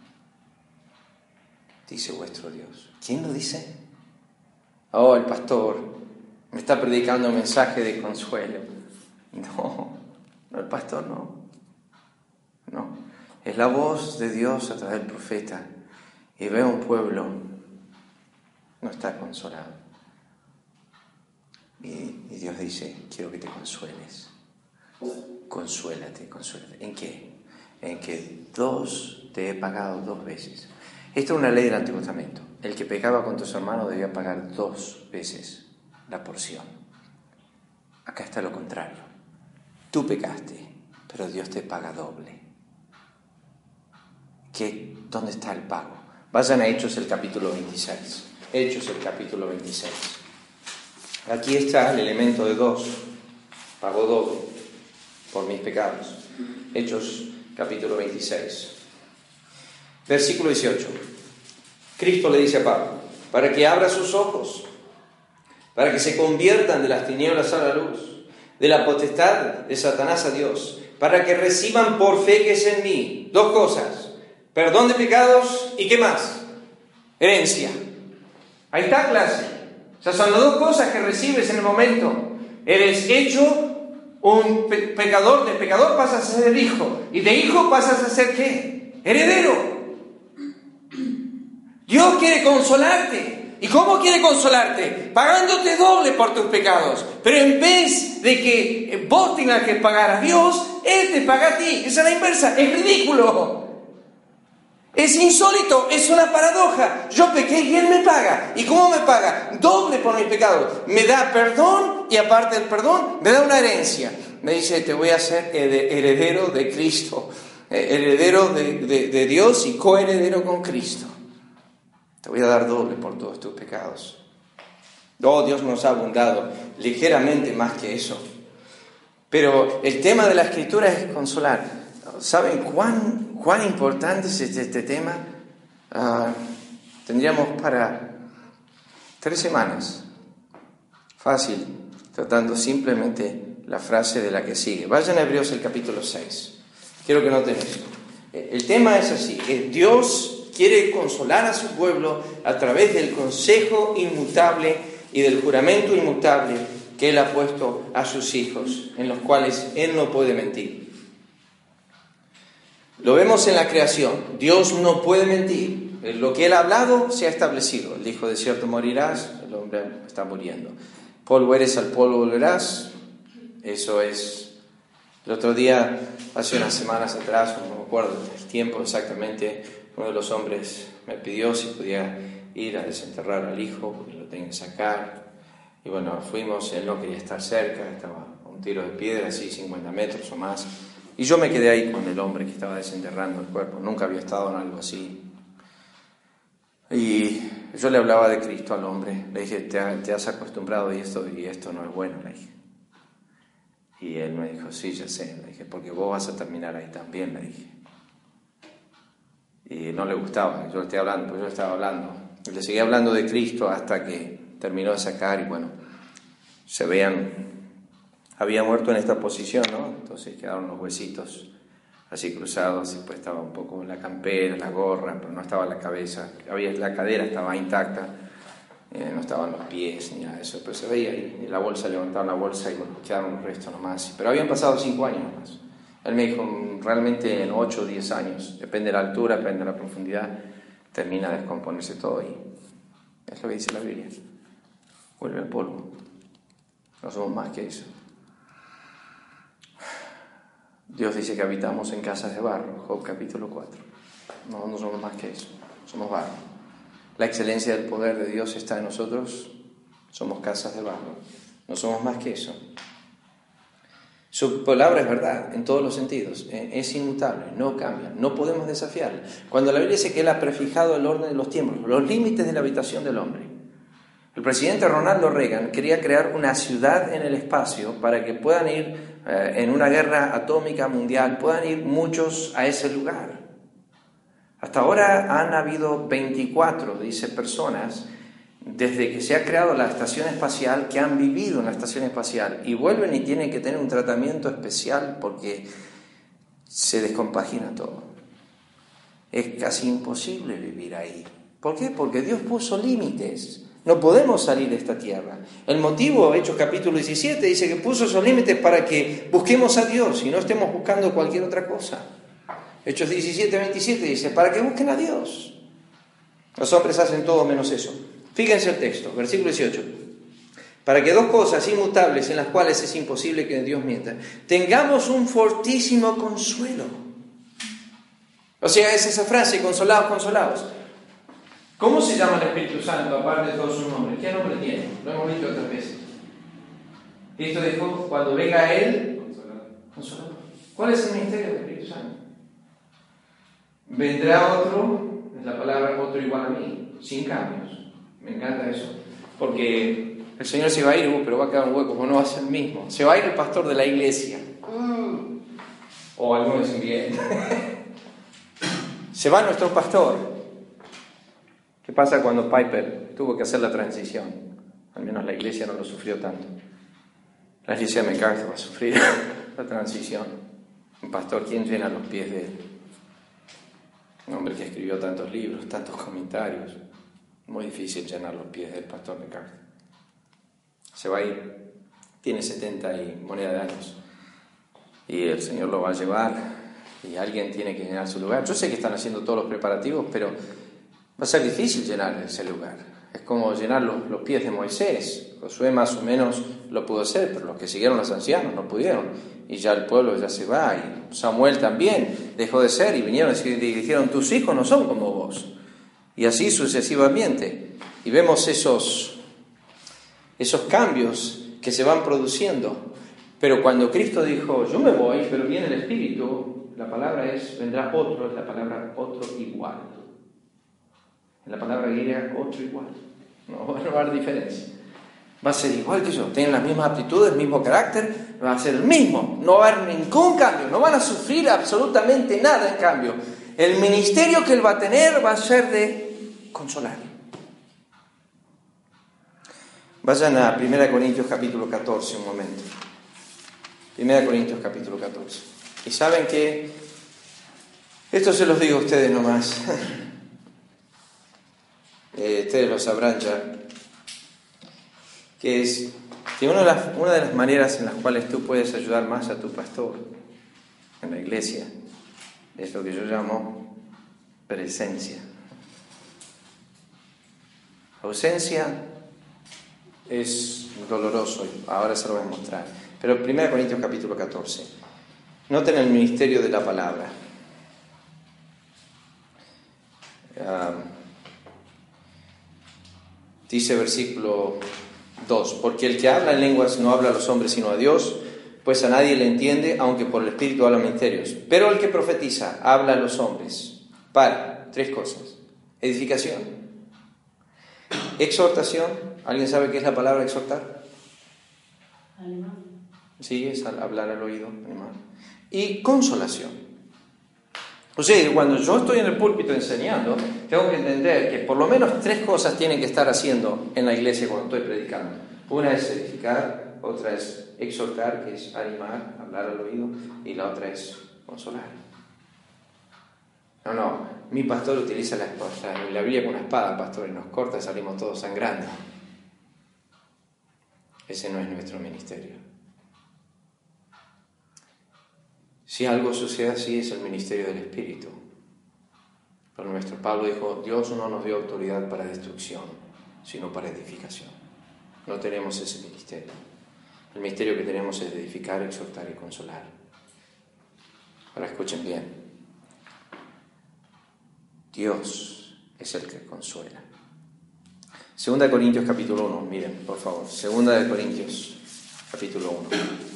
dice vuestro Dios. ¿Quién lo dice? Oh, el pastor me está predicando un mensaje de consuelo. No, el pastor no. No, es la voz de Dios a través del profeta. Y ve a un pueblo, no está consolado. Y Dios dice: quiero que te consueles. Consuélate, consuélate. ¿En qué? En que te he pagado 2 veces. Esto es una ley del Antiguo Testamento. El que pecaba con tus hermanos debía pagar 2 veces la porción. Acá está lo contrario. Tú pecaste, pero Dios te paga doble. ¿Dónde está el pago? Vayan a Hechos el capítulo 26. Hechos el capítulo 26. Aquí está el elemento de 2. Pagó doble por mis pecados. Hechos capítulo 26. Versículo 18. Cristo le dice a Pablo: para que abra sus ojos, para que se conviertan de las tinieblas a la luz, de la potestad de Satanás a Dios, para que reciban por fe que es en mí 2 cosas: perdón de pecados y ¿qué más? Herencia. Ahí está, clase. O sea, son las 2 cosas que recibes en el momento. Eres hecho un pecador, de pecador pasas a ser hijo, y de hijo pasas a ser ¿qué? Heredero. Dios quiere consolarte. ¿Y cómo quiere consolarte? Pagándote doble por tus pecados. Pero en vez de que vos tengas que pagar a Dios, Él te paga a ti. Esa es la inversa. Es ridículo. Es insólito, es una paradoja. Yo pequé y Él me paga. ¿Y cómo me paga? Doble por mis pecados. Me da perdón y aparte del perdón me da una herencia. Me dice: te voy a hacer heredero de Cristo, heredero de Dios y coheredero con Cristo. Te voy a dar doble por todos tus pecados. Oh, Dios nos ha abundado ligeramente más que eso. Pero el tema de la Escritura es consolar. ¿Saben cuán importante es este tema? Tendríamos para 3 semanas. Fácil, tratando simplemente la frase de la que sigue. Vayan a Hebreos el capítulo 6. Quiero que noten esto. El tema es así. Dios quiere consolar a su pueblo a través del consejo inmutable y del juramento inmutable que Él ha puesto a sus hijos, en los cuales Él no puede mentir. Lo vemos en la creación. Dios no puede mentir. Lo que Él ha hablado se ha establecido. Él dijo: de cierto morirás. El hombre está muriendo. Polvo eres, al polvo volverás. Eso es. El otro día, hace unas semanas atrás, no me acuerdo el tiempo exactamente, uno de los hombres me pidió si podía ir a desenterrar al hijo, porque lo tenía que sacar. Y bueno, fuimos. Él no quería estar cerca, estaba a un tiro de piedra, así 50 metros o más. Y yo me quedé ahí con el hombre que estaba desenterrando el cuerpo. Nunca había estado en algo así. Y yo le hablaba de Cristo al hombre. Le dije: te has acostumbrado y esto no es bueno, le dije. Y él me dijo: sí, ya sé. Le dije: porque vos vas a terminar ahí también, le dije. Y no le gustaba. Yo le estoy hablando, pues yo estaba hablando. Y le seguí hablando de Cristo hasta que terminó de sacar. Y bueno, había muerto en esta posición, ¿no? Entonces quedaron los huesitos así cruzados, después estaba un poco en la campera, la gorra, pero no estaba la cabeza, la cadera estaba intacta, no estaban los pies ni nada de eso, pero se veía ahí, y la bolsa, levantaban la bolsa y bueno, quedaron los restos nomás, pero habían pasado 5 años nomás. Él me dijo, realmente en 8 o 10 años, depende de la altura, depende de la profundidad, termina de descomponerse todo y es lo que dice la Biblia, vuelve al polvo, no somos más que eso. Dios dice que habitamos en casas de barro, Job capítulo 4. No somos más que eso, somos barro. La excelencia del poder de Dios está en nosotros, somos casas de barro, no somos más que eso. Su palabra es verdad en todos los sentidos, es inmutable, no cambia, no podemos desafiarla. Cuando la Biblia dice que Él ha prefijado el orden de los tiempos, los límites de la habitación del hombre. El presidente Ronald Reagan quería crear una ciudad en el espacio para que puedan ir en una guerra atómica mundial, puedan ir muchos a ese lugar. Hasta ahora han habido 24, dice, personas desde que se ha creado la estación espacial que han vivido en la estación espacial y vuelven y tienen que tener un tratamiento especial porque se descompagina todo. Es casi imposible vivir ahí. ¿Por qué? Porque Dios puso límites. No podemos salir de esta tierra. El motivo, Hechos capítulo 17, dice que puso esos límites para que busquemos a Dios y no estemos buscando cualquier otra cosa. Hechos 17, 27 dice, para que busquen a Dios. Los hombres hacen todo menos eso. Fíjense el texto, versículo 18. Para que 2 cosas inmutables en las cuales es imposible que Dios mienta, tengamos un fortísimo consuelo. O sea, es esa frase, consolados, consolados. ¿Cómo se llama el Espíritu Santo, aparte de todos sus nombres? ¿Qué nombre tiene? Lo hemos dicho otras veces. Cristo dijo, cuando venga a Él, consolador. ¿Cuál es el ministerio del Espíritu Santo? Vendrá otro, es la palabra otro igual a mí, sin cambios. Me encanta eso. Porque el Señor se va a ir, pero va a quedar un hueco, como no va a ser el mismo. Se va a ir el pastor de la iglesia. O algunos dicen bien. Se va nuestro pastor. ¿Qué pasa cuando Piper tuvo que hacer la transición? Al menos la iglesia no lo sufrió tanto. La iglesia de MacArthur va a sufrir la transición. Un pastor, ¿quién llena los pies de él? Un hombre que escribió tantos libros, tantos comentarios. Muy difícil llenar los pies del pastor MacArthur. Se va a ir. Tiene 70 y moneda de años. Y el Señor lo va a llevar. Y alguien tiene que llenar su lugar. Yo sé que están haciendo todos los preparativos, pero va a ser difícil llenar ese lugar. Es como llenar los pies de Moisés. Josué más o menos lo pudo hacer, pero los que siguieron los ancianos no pudieron. Y ya el pueblo ya se va. Y Samuel también dejó de ser. Y vinieron y dijeron, tus hijos no son como vos. Y así sucesivamente. Y vemos esos cambios que se van produciendo. Pero cuando Cristo dijo, yo me voy, pero viene el Espíritu, la palabra vendrá otro, es la palabra otro igual. En la palabra griega, otro igual. No va a haber diferencia. Va a ser igual que yo. Tienen las mismas aptitudes, el mismo carácter, va a ser el mismo. No va a haber ningún cambio. No van a sufrir absolutamente nada en cambio. El ministerio que Él va a tener va a ser de consolar. Vayan a 1 Corintios capítulo 14 un momento. 1 Corintios capítulo 14. Y saben que esto se los digo a ustedes nomás. Ustedes lo sabrán ya. Que es que una de las maneras en las cuales tú puedes ayudar más a tu pastor en la iglesia es lo que yo llamo presencia. Ausencia es doloroso, ahora se lo voy a mostrar. Pero 1 Corintios capítulo 14. Noten el ministerio de la palabra. Dice versículo 2, porque el que habla en lenguas no habla a los hombres sino a Dios, pues a nadie le entiende, aunque por el Espíritu habla misterios. Pero el que profetiza habla a los hombres para 3 cosas: edificación, exhortación. ¿Alguien sabe qué es la palabra exhortar? Animar. Sí, es hablar al oído, animar. Y consolación. O sea, cuando yo estoy en el púlpito enseñando, tengo que entender que por lo menos 3 cosas tienen que estar haciendo en la iglesia cuando estoy predicando. Una es edificar, otra es exhortar, que es animar, hablar al oído, y la otra es consolar. No, mi pastor utiliza la Biblia con una espada, pastor, y nos corta y salimos todos sangrando. Ese no es nuestro ministerio. Si algo sucede así, es el ministerio del Espíritu. Pero nuestro Pablo dijo, Dios no nos dio autoridad para destrucción, sino para edificación. No tenemos ese ministerio. El ministerio que tenemos es de edificar, exhortar y consolar. Ahora escuchen bien. Dios es el que consuela. 2 Corintios capítulo 1, miren, por favor. 2 Corintios capítulo 1.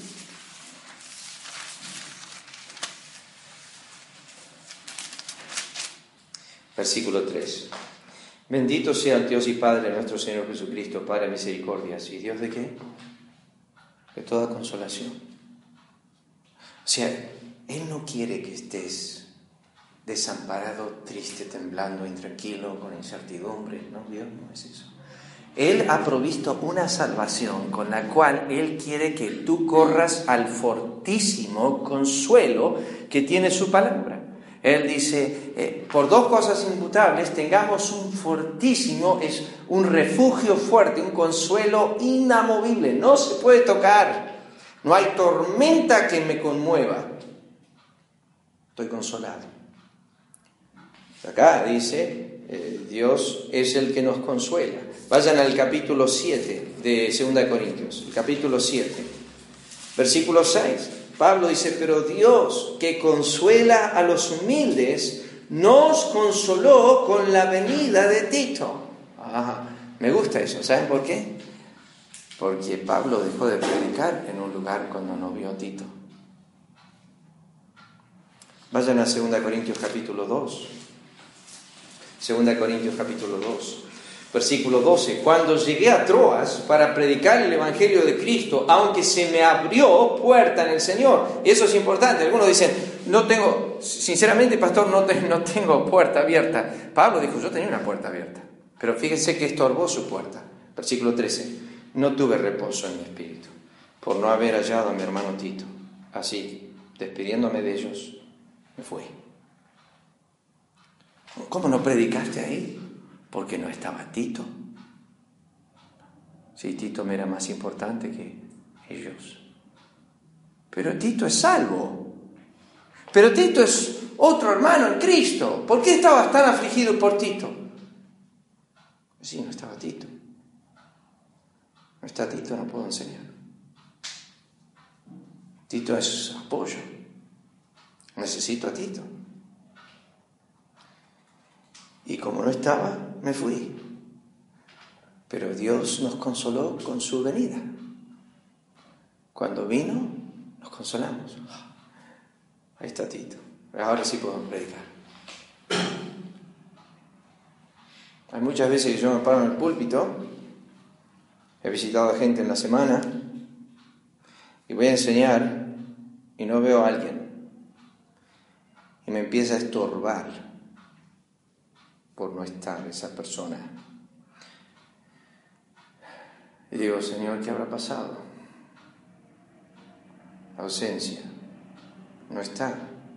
Versículo 3. Bendito sea el Dios y Padre de nuestro Señor Jesucristo, Padre de misericordias. ¿Y Dios de qué? De toda consolación. O sea, Él no quiere que estés desamparado, triste, temblando, intranquilo, con incertidumbre. No, Dios no es eso. Él ha provisto una salvación con la cual Él quiere que tú corras al fortísimo consuelo que tiene su palabra. Él dice, por dos cosas imputables, tengamos un fortísimo, es un refugio fuerte, un consuelo inamovible, no se puede tocar, no hay tormenta que me conmueva, estoy consolado. Acá dice, Dios es el que nos consuela. Vayan al capítulo 7 de 2 Corintios, el capítulo 7, versículo 6. Pablo dice, pero Dios, que consuela a los humildes, nos consoló con la venida de Tito. Me gusta eso, ¿saben por qué? Porque Pablo dejó de predicar en un lugar cuando no vio a Tito. Vayan a 2 Corintios capítulo 2. 2 Corintios capítulo 2. Versículo 12, cuando llegué a Troas para predicar el Evangelio de Cristo, aunque se me abrió puerta en el Señor. Eso es importante. Algunos dicen, sinceramente, pastor, no tengo puerta abierta. Pablo dijo, yo tenía una puerta abierta, pero fíjense que estorbó su puerta. Versículo 13, no tuve reposo en mi espíritu, por no haber hallado a mi hermano Tito. Así, despidiéndome de ellos, me fui. ¿Cómo no predicaste ahí? Porque no estaba Tito. Sí, Tito me era más importante que ellos. Pero Tito es salvo. Pero Tito es otro hermano en Cristo. ¿Por qué estabas tan afligido por Tito? Sí, no estaba Tito. No está Tito, no puedo enseñar. Tito es apoyo. Necesito a Tito. Y como no estaba, me fui. Pero Dios nos consoló con su venida. Cuando vino, nos consolamos. Ahí está Tito. Ahora sí podemos predicar. Hay muchas veces que yo me paro en el púlpito, he visitado a gente en la semana, y voy a enseñar, y no veo a alguien. Y me empieza a estorbar por no estar esa persona. Y digo, Señor, ¿qué habrá pasado? Ausencia. No está.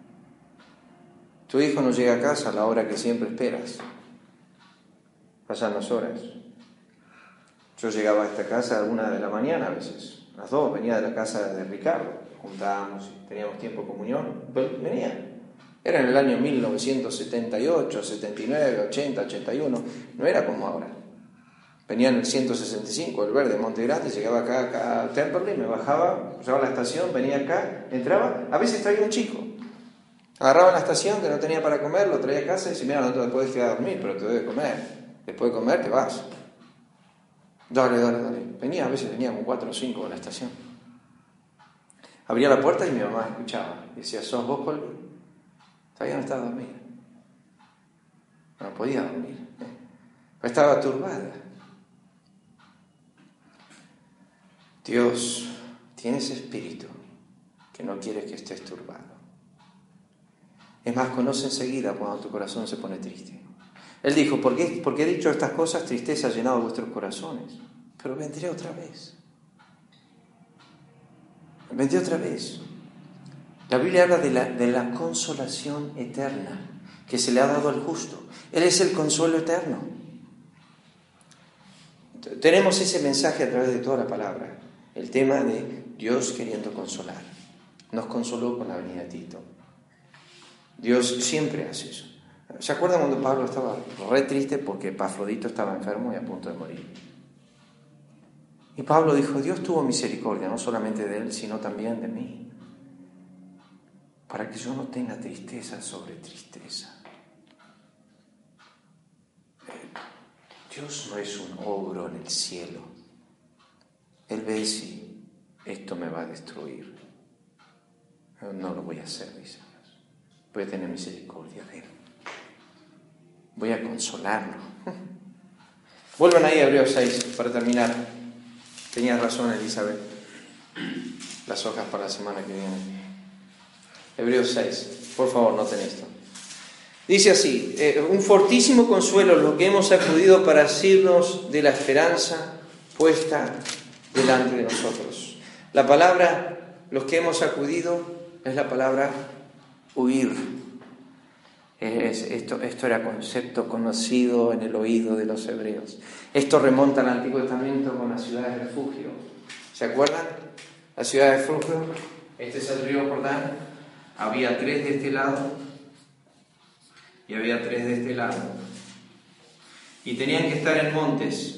Tu hijo no llega a casa a la hora que siempre esperas. Pasan las horas. Yo llegaba a esta casa a 1 de la mañana a veces. A las 2 venía de la casa de Ricardo. Juntábamos, teníamos tiempo de comunión. Venía. Era en el año 1978, 79, 80, 81. No era como ahora. Venía en el 165, el verde, Monte Grande, llegaba acá a Temperley, me bajaba, cruzaba la estación, venía acá, entraba. A veces traía un chico. Agarraba en la estación que no tenía para comer, lo traía a casa y decía, mira, no te puedes quedar a dormir, pero te debes comer. Después de comer te vas. Dale. A veces venía con 4 o 5 en la estación. Abría la puerta y mi mamá escuchaba. Decía, ¿sos vos, Colby? Todavía no estaba dormida. No podía dormir. Pero estaba turbada. Dios tiene ese espíritu que no quiere que estés turbado. Es más, conoce enseguida cuando tu corazón se pone triste. Él dijo, porque he dicho estas cosas, tristeza ha llenado vuestros corazones. Pero vendré otra vez. Vendré otra vez. La Biblia habla de la consolación eterna. que se le ha dado al justo. Él es el consuelo eterno. Tenemos ese mensaje a través de toda la palabra, el tema de Dios queriendo consolar. Nos consoló con la venida de Tito. Dios siempre hace eso. ¿Se acuerdan cuando Pablo estaba re triste porque Epafrodito estaba enfermo y a punto de morir? Y Pablo dijo, Dios tuvo misericordia no solamente de él, sino también de mí, para que yo no tenga tristeza sobre tristeza. Dios no es un ogro en el cielo. Él ve si esto me va a destruir. No lo voy a hacer, dice Dios. Voy a tener misericordia de él. Voy a consolarlo. Vuelvan ahí a Hebreos 6 para terminar. Tenías razón, Elizabeth. Las hojas para la semana que viene. Hebreos 6. Por favor, noten esto. Dice así, un fortísimo consuelo lo que hemos acudido para asirnos de la esperanza puesta delante de nosotros. La palabra, los que hemos acudido, es la palabra huir. Esto era concepto conocido en el oído de los hebreos. Esto remonta al Antiguo Testamento con las ciudades de refugio. ¿Se acuerdan? La ciudad de refugio, este es el río Jordán, había 3 de este lado y había 3 de este lado. Y tenían que estar en montes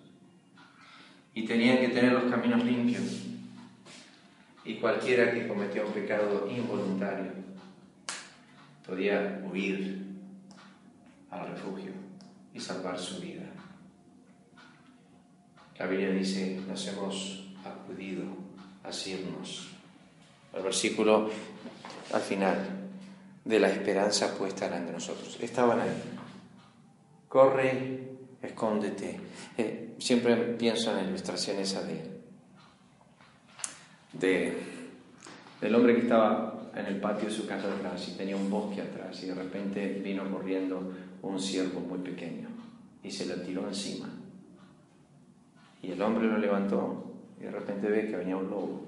y tenían que tener los caminos limpios. Y cualquiera que cometió un pecado involuntario podía huir al refugio y salvar su vida. La Biblia dice, nos hemos acudido a asirnos. El versículo al final, de la esperanza puesta delante de nosotros. Estaban ahí. Corre, escóndete. Siempre pienso en la ilustración esa del hombre que estaba en el patio de su casa atrás y tenía un bosque atrás y de repente vino corriendo un ciervo muy pequeño y se le tiró encima. Y el hombre lo levantó y de repente ve que venía un lobo.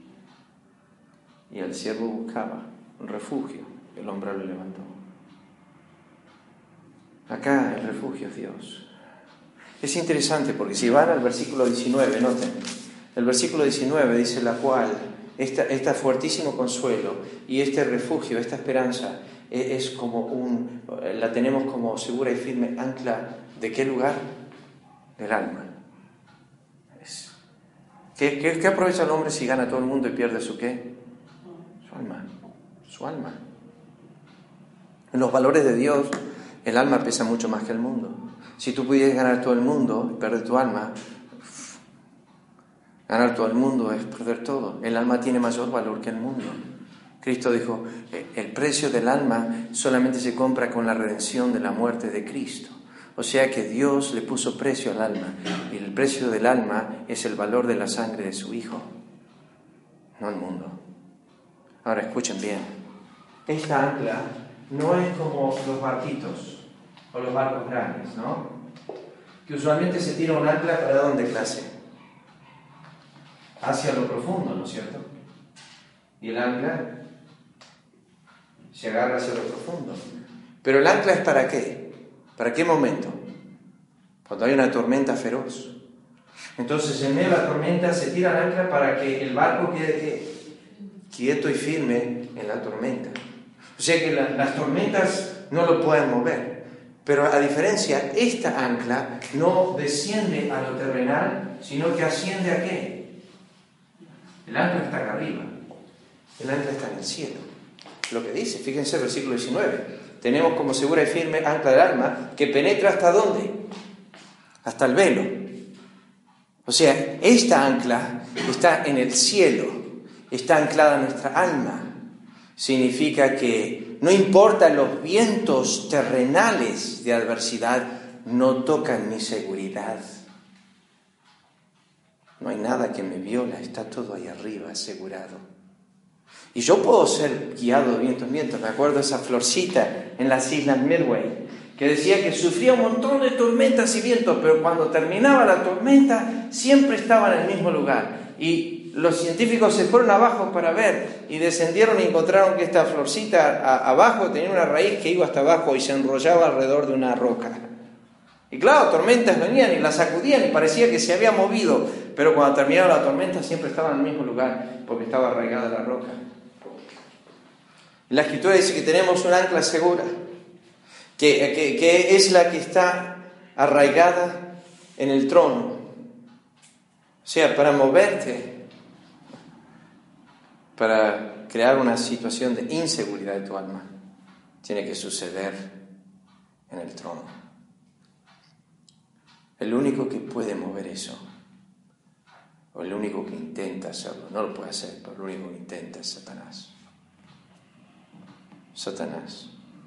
Y el ciervo buscaba un refugio. El hombre lo levantó. Acá el refugio es Dios. Es interesante porque si van al versículo 19, noten, el versículo 19 dice la cual, este fuertísimo consuelo y este refugio, esta esperanza, es como la tenemos como segura y firme ancla ¿de qué lugar? Del alma. ¿Qué aprovecha el hombre si gana todo el mundo y pierde su qué? Su alma. Su alma. En los valores de Dios, el alma pesa mucho más que el mundo. Si tú pudieras ganar todo el mundo y perder tu alma, ganar todo el mundo es perder todo. El alma tiene mayor valor que el mundo. Cristo dijo, el precio del alma solamente se compra con la redención de la muerte de Cristo. O sea que Dios le puso precio al alma. Y el precio del alma es el valor de la sangre de su Hijo, no el mundo. Ahora escuchen bien. Esta ancla no es como los barquitos o los barcos grandes, ¿no? Que usualmente se tira un ancla ¿para dónde, clase? Hacia lo profundo, ¿no es cierto? Y el ancla se agarra hacia lo profundo. Pero el ancla es ¿para qué? ¿Para qué momento? Cuando hay una tormenta feroz. Entonces, en medio de la tormenta se tira el ancla para que el barco quede quieto y firme en la tormenta. O sea que las tormentas no lo pueden mover. Pero a diferencia, esta ancla no desciende a lo terrenal, sino que asciende ¿a qué? El ancla está acá arriba. El ancla está en el cielo. Lo que dice, fíjense el versículo 19. Tenemos como segura y firme ancla del alma que penetra ¿hasta dónde? Hasta el velo. O sea, esta ancla está en el cielo, está anclada en nuestra alma. Significa que no importa los vientos terrenales de adversidad, no tocan mi seguridad. No hay nada que me viola, está todo ahí arriba asegurado. Y yo puedo ser guiado de viento en viento. Me acuerdo de esa florcita en las islas Midway, que decía que sufría un montón de tormentas y vientos, pero cuando terminaba la tormenta siempre estaba en el mismo lugar. Y los científicos se fueron abajo para ver y descendieron y encontraron que esta florcita abajo tenía una raíz que iba hasta abajo y se enrollaba alrededor de una roca. Y claro, tormentas venían y la sacudían y parecía que se había movido, pero cuando terminaba la tormenta siempre estaba en el mismo lugar porque estaba arraigada la roca. La Escritura dice que tenemos un ancla segura, que es la que está arraigada en el trono. O sea, para moverte, para crear una situación de inseguridad de tu alma, tiene que suceder en el trono. El único que puede mover eso, o el único que intenta hacerlo, no lo puede hacer, pero el único que intenta es Satanás. Satanás.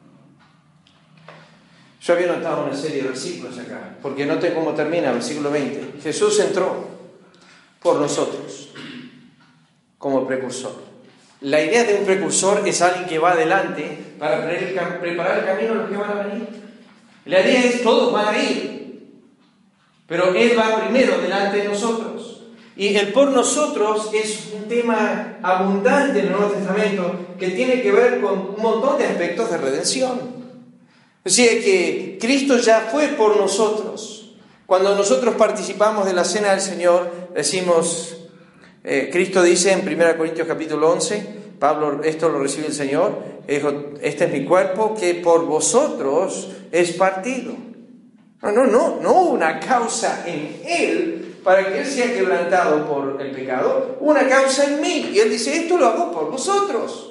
Yo había notado una serie de versículos acá, porque noten cómo termina el versículo 20. Jesús entró por nosotros como precursor. La idea de un precursor es alguien que va adelante para preparar el camino a los que van a venir. La idea es todos van a ir, pero Él va primero delante de nosotros. Y el por nosotros es un tema abundante en el Nuevo Testamento que tiene que ver con un montón de aspectos de redención. O sea que Cristo ya fue por nosotros. Cuando nosotros participamos de la cena del Señor, decimos, Cristo dice en 1 Corintios capítulo 11, Pablo, esto lo recibe el Señor, dijo, este es mi cuerpo que por vosotros es partido. No hubo una causa en Él para que Él sea quebrantado por el pecado, hubo una causa en mí. Y Él dice, esto lo hago por vosotros.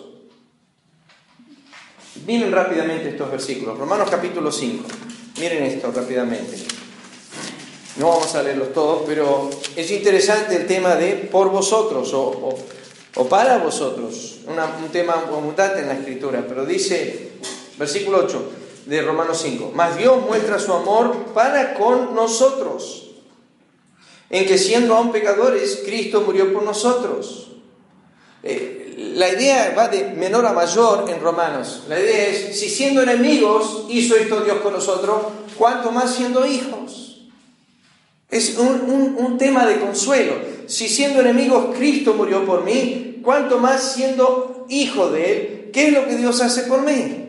Miren rápidamente estos versículos. Romanos capítulo 5. Miren esto rápidamente. No vamos a leerlos todos, pero es interesante el tema de por vosotros o para vosotros. Un tema abundante en la Escritura. Pero dice, versículo 8 de Romanos 5. Mas Dios muestra su amor para con nosotros, en que siendo aún pecadores, Cristo murió por nosotros. La idea va de menor a mayor en Romanos. La idea es, si siendo enemigos hizo esto Dios con nosotros, ¿cuánto más siendo hijos? Es un tema de consuelo. Si siendo enemigos Cristo murió por mí, ¿cuánto más siendo hijo de Él? ¿Qué es lo que Dios hace por mí?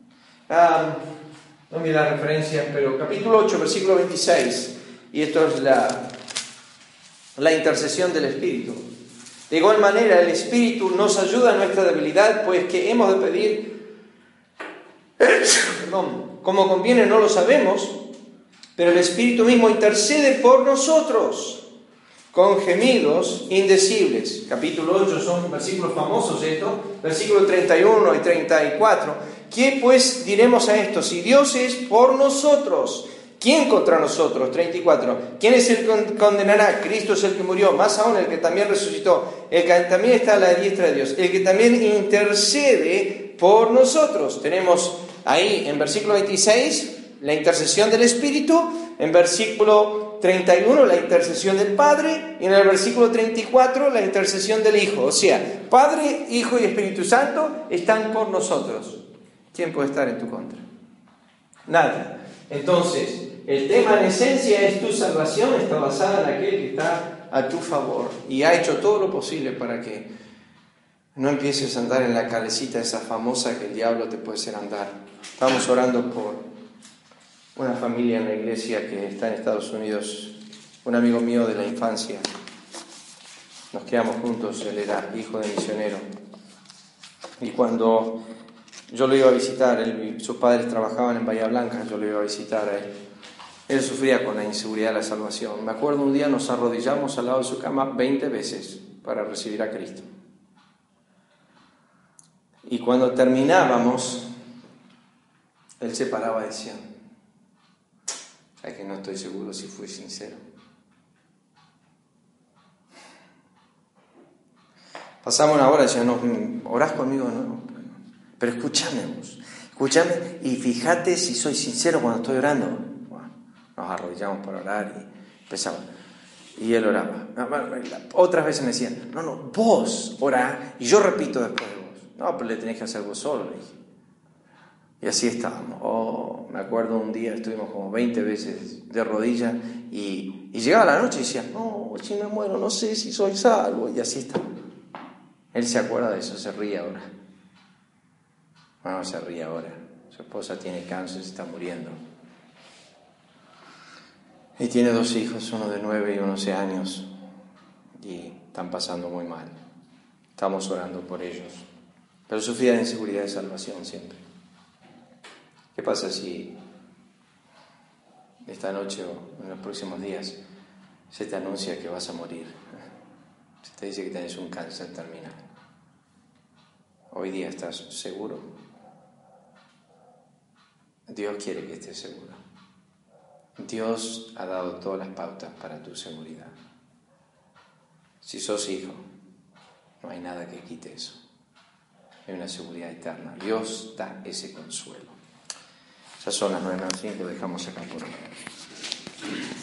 No me da referencias, pero capítulo 8, versículo 26. Y esto es la intercesión del Espíritu. De igual manera, el Espíritu nos ayuda en nuestra debilidad, pues que hemos de pedir, como conviene no lo sabemos, pero el Espíritu mismo intercede por nosotros con gemidos indecibles. Capítulo 8 son versículos famosos estos, versículos 31 y 34. ¿Qué pues diremos a esto? Si Dios es por nosotros, ¿quién contra nosotros? 34. ¿Quién es el que condenará? Cristo es el que murió, más aún el que también resucitó, el que también está a la diestra de Dios, el que también intercede por nosotros. Tenemos ahí en versículo 26 la intercesión del Espíritu, en versículo 31 la intercesión del Padre y en el versículo 34 la intercesión del Hijo. O sea, Padre, Hijo y Espíritu Santo están por nosotros. ¿Quién puede estar en tu contra? Nadie. Entonces, el tema en esencia es tu salvación está basada en aquel que está a tu favor y ha hecho todo lo posible para que no empieces a andar en la calecita esa famosa que el diablo te puede hacer andar. Estamos orando por una familia en la iglesia que está en Estados Unidos, un amigo mío de la infancia. Nos quedamos juntos, él era hijo de misionero. Y cuando yo lo iba a visitar, sus padres trabajaban en Bahía Blanca, yo lo iba a visitar a él. Él sufría con la inseguridad de la salvación. Me acuerdo un día nos arrodillamos al lado de su cama 20 veces para recibir a Cristo. Y cuando terminábamos, él se paraba y decía, es que no estoy seguro si fui sincero. Pasamos una hora y decía, no, ¿orás conmigo? No, pero escúchame y fíjate si soy sincero cuando estoy orando. Bueno, nos arrodillamos para orar y empezamos. Y él oraba. Otras veces me decían, no, vos orá y yo repito después de vos. No, pero le tenés que hacer vos solo, le dije. Y así estábamos. Me acuerdo un día estuvimos como 20 veces de rodillas y llegaba la noche y decía, no, si me muero, no sé si soy salvo. Y así está. Él se acuerda de eso, se ríe ahora. No, se ríe ahora. Su esposa tiene cáncer, se está muriendo. Y tiene 2 hijos, uno de 9 y 11 años. Y están pasando muy mal. Estamos orando por ellos. Pero sufría de inseguridad de salvación siempre. ¿Qué pasa si esta noche o en los próximos días se te anuncia que vas a morir? Se te dice que tienes un cáncer terminal. Hoy día estás seguro. Dios quiere que estés seguro. Dios ha dado todas las pautas para tu seguridad. Si sos hijo, no hay nada que quite eso. Hay una seguridad eterna. Dios da ese consuelo. Ya son las 9:05, dejamos acá por hoy.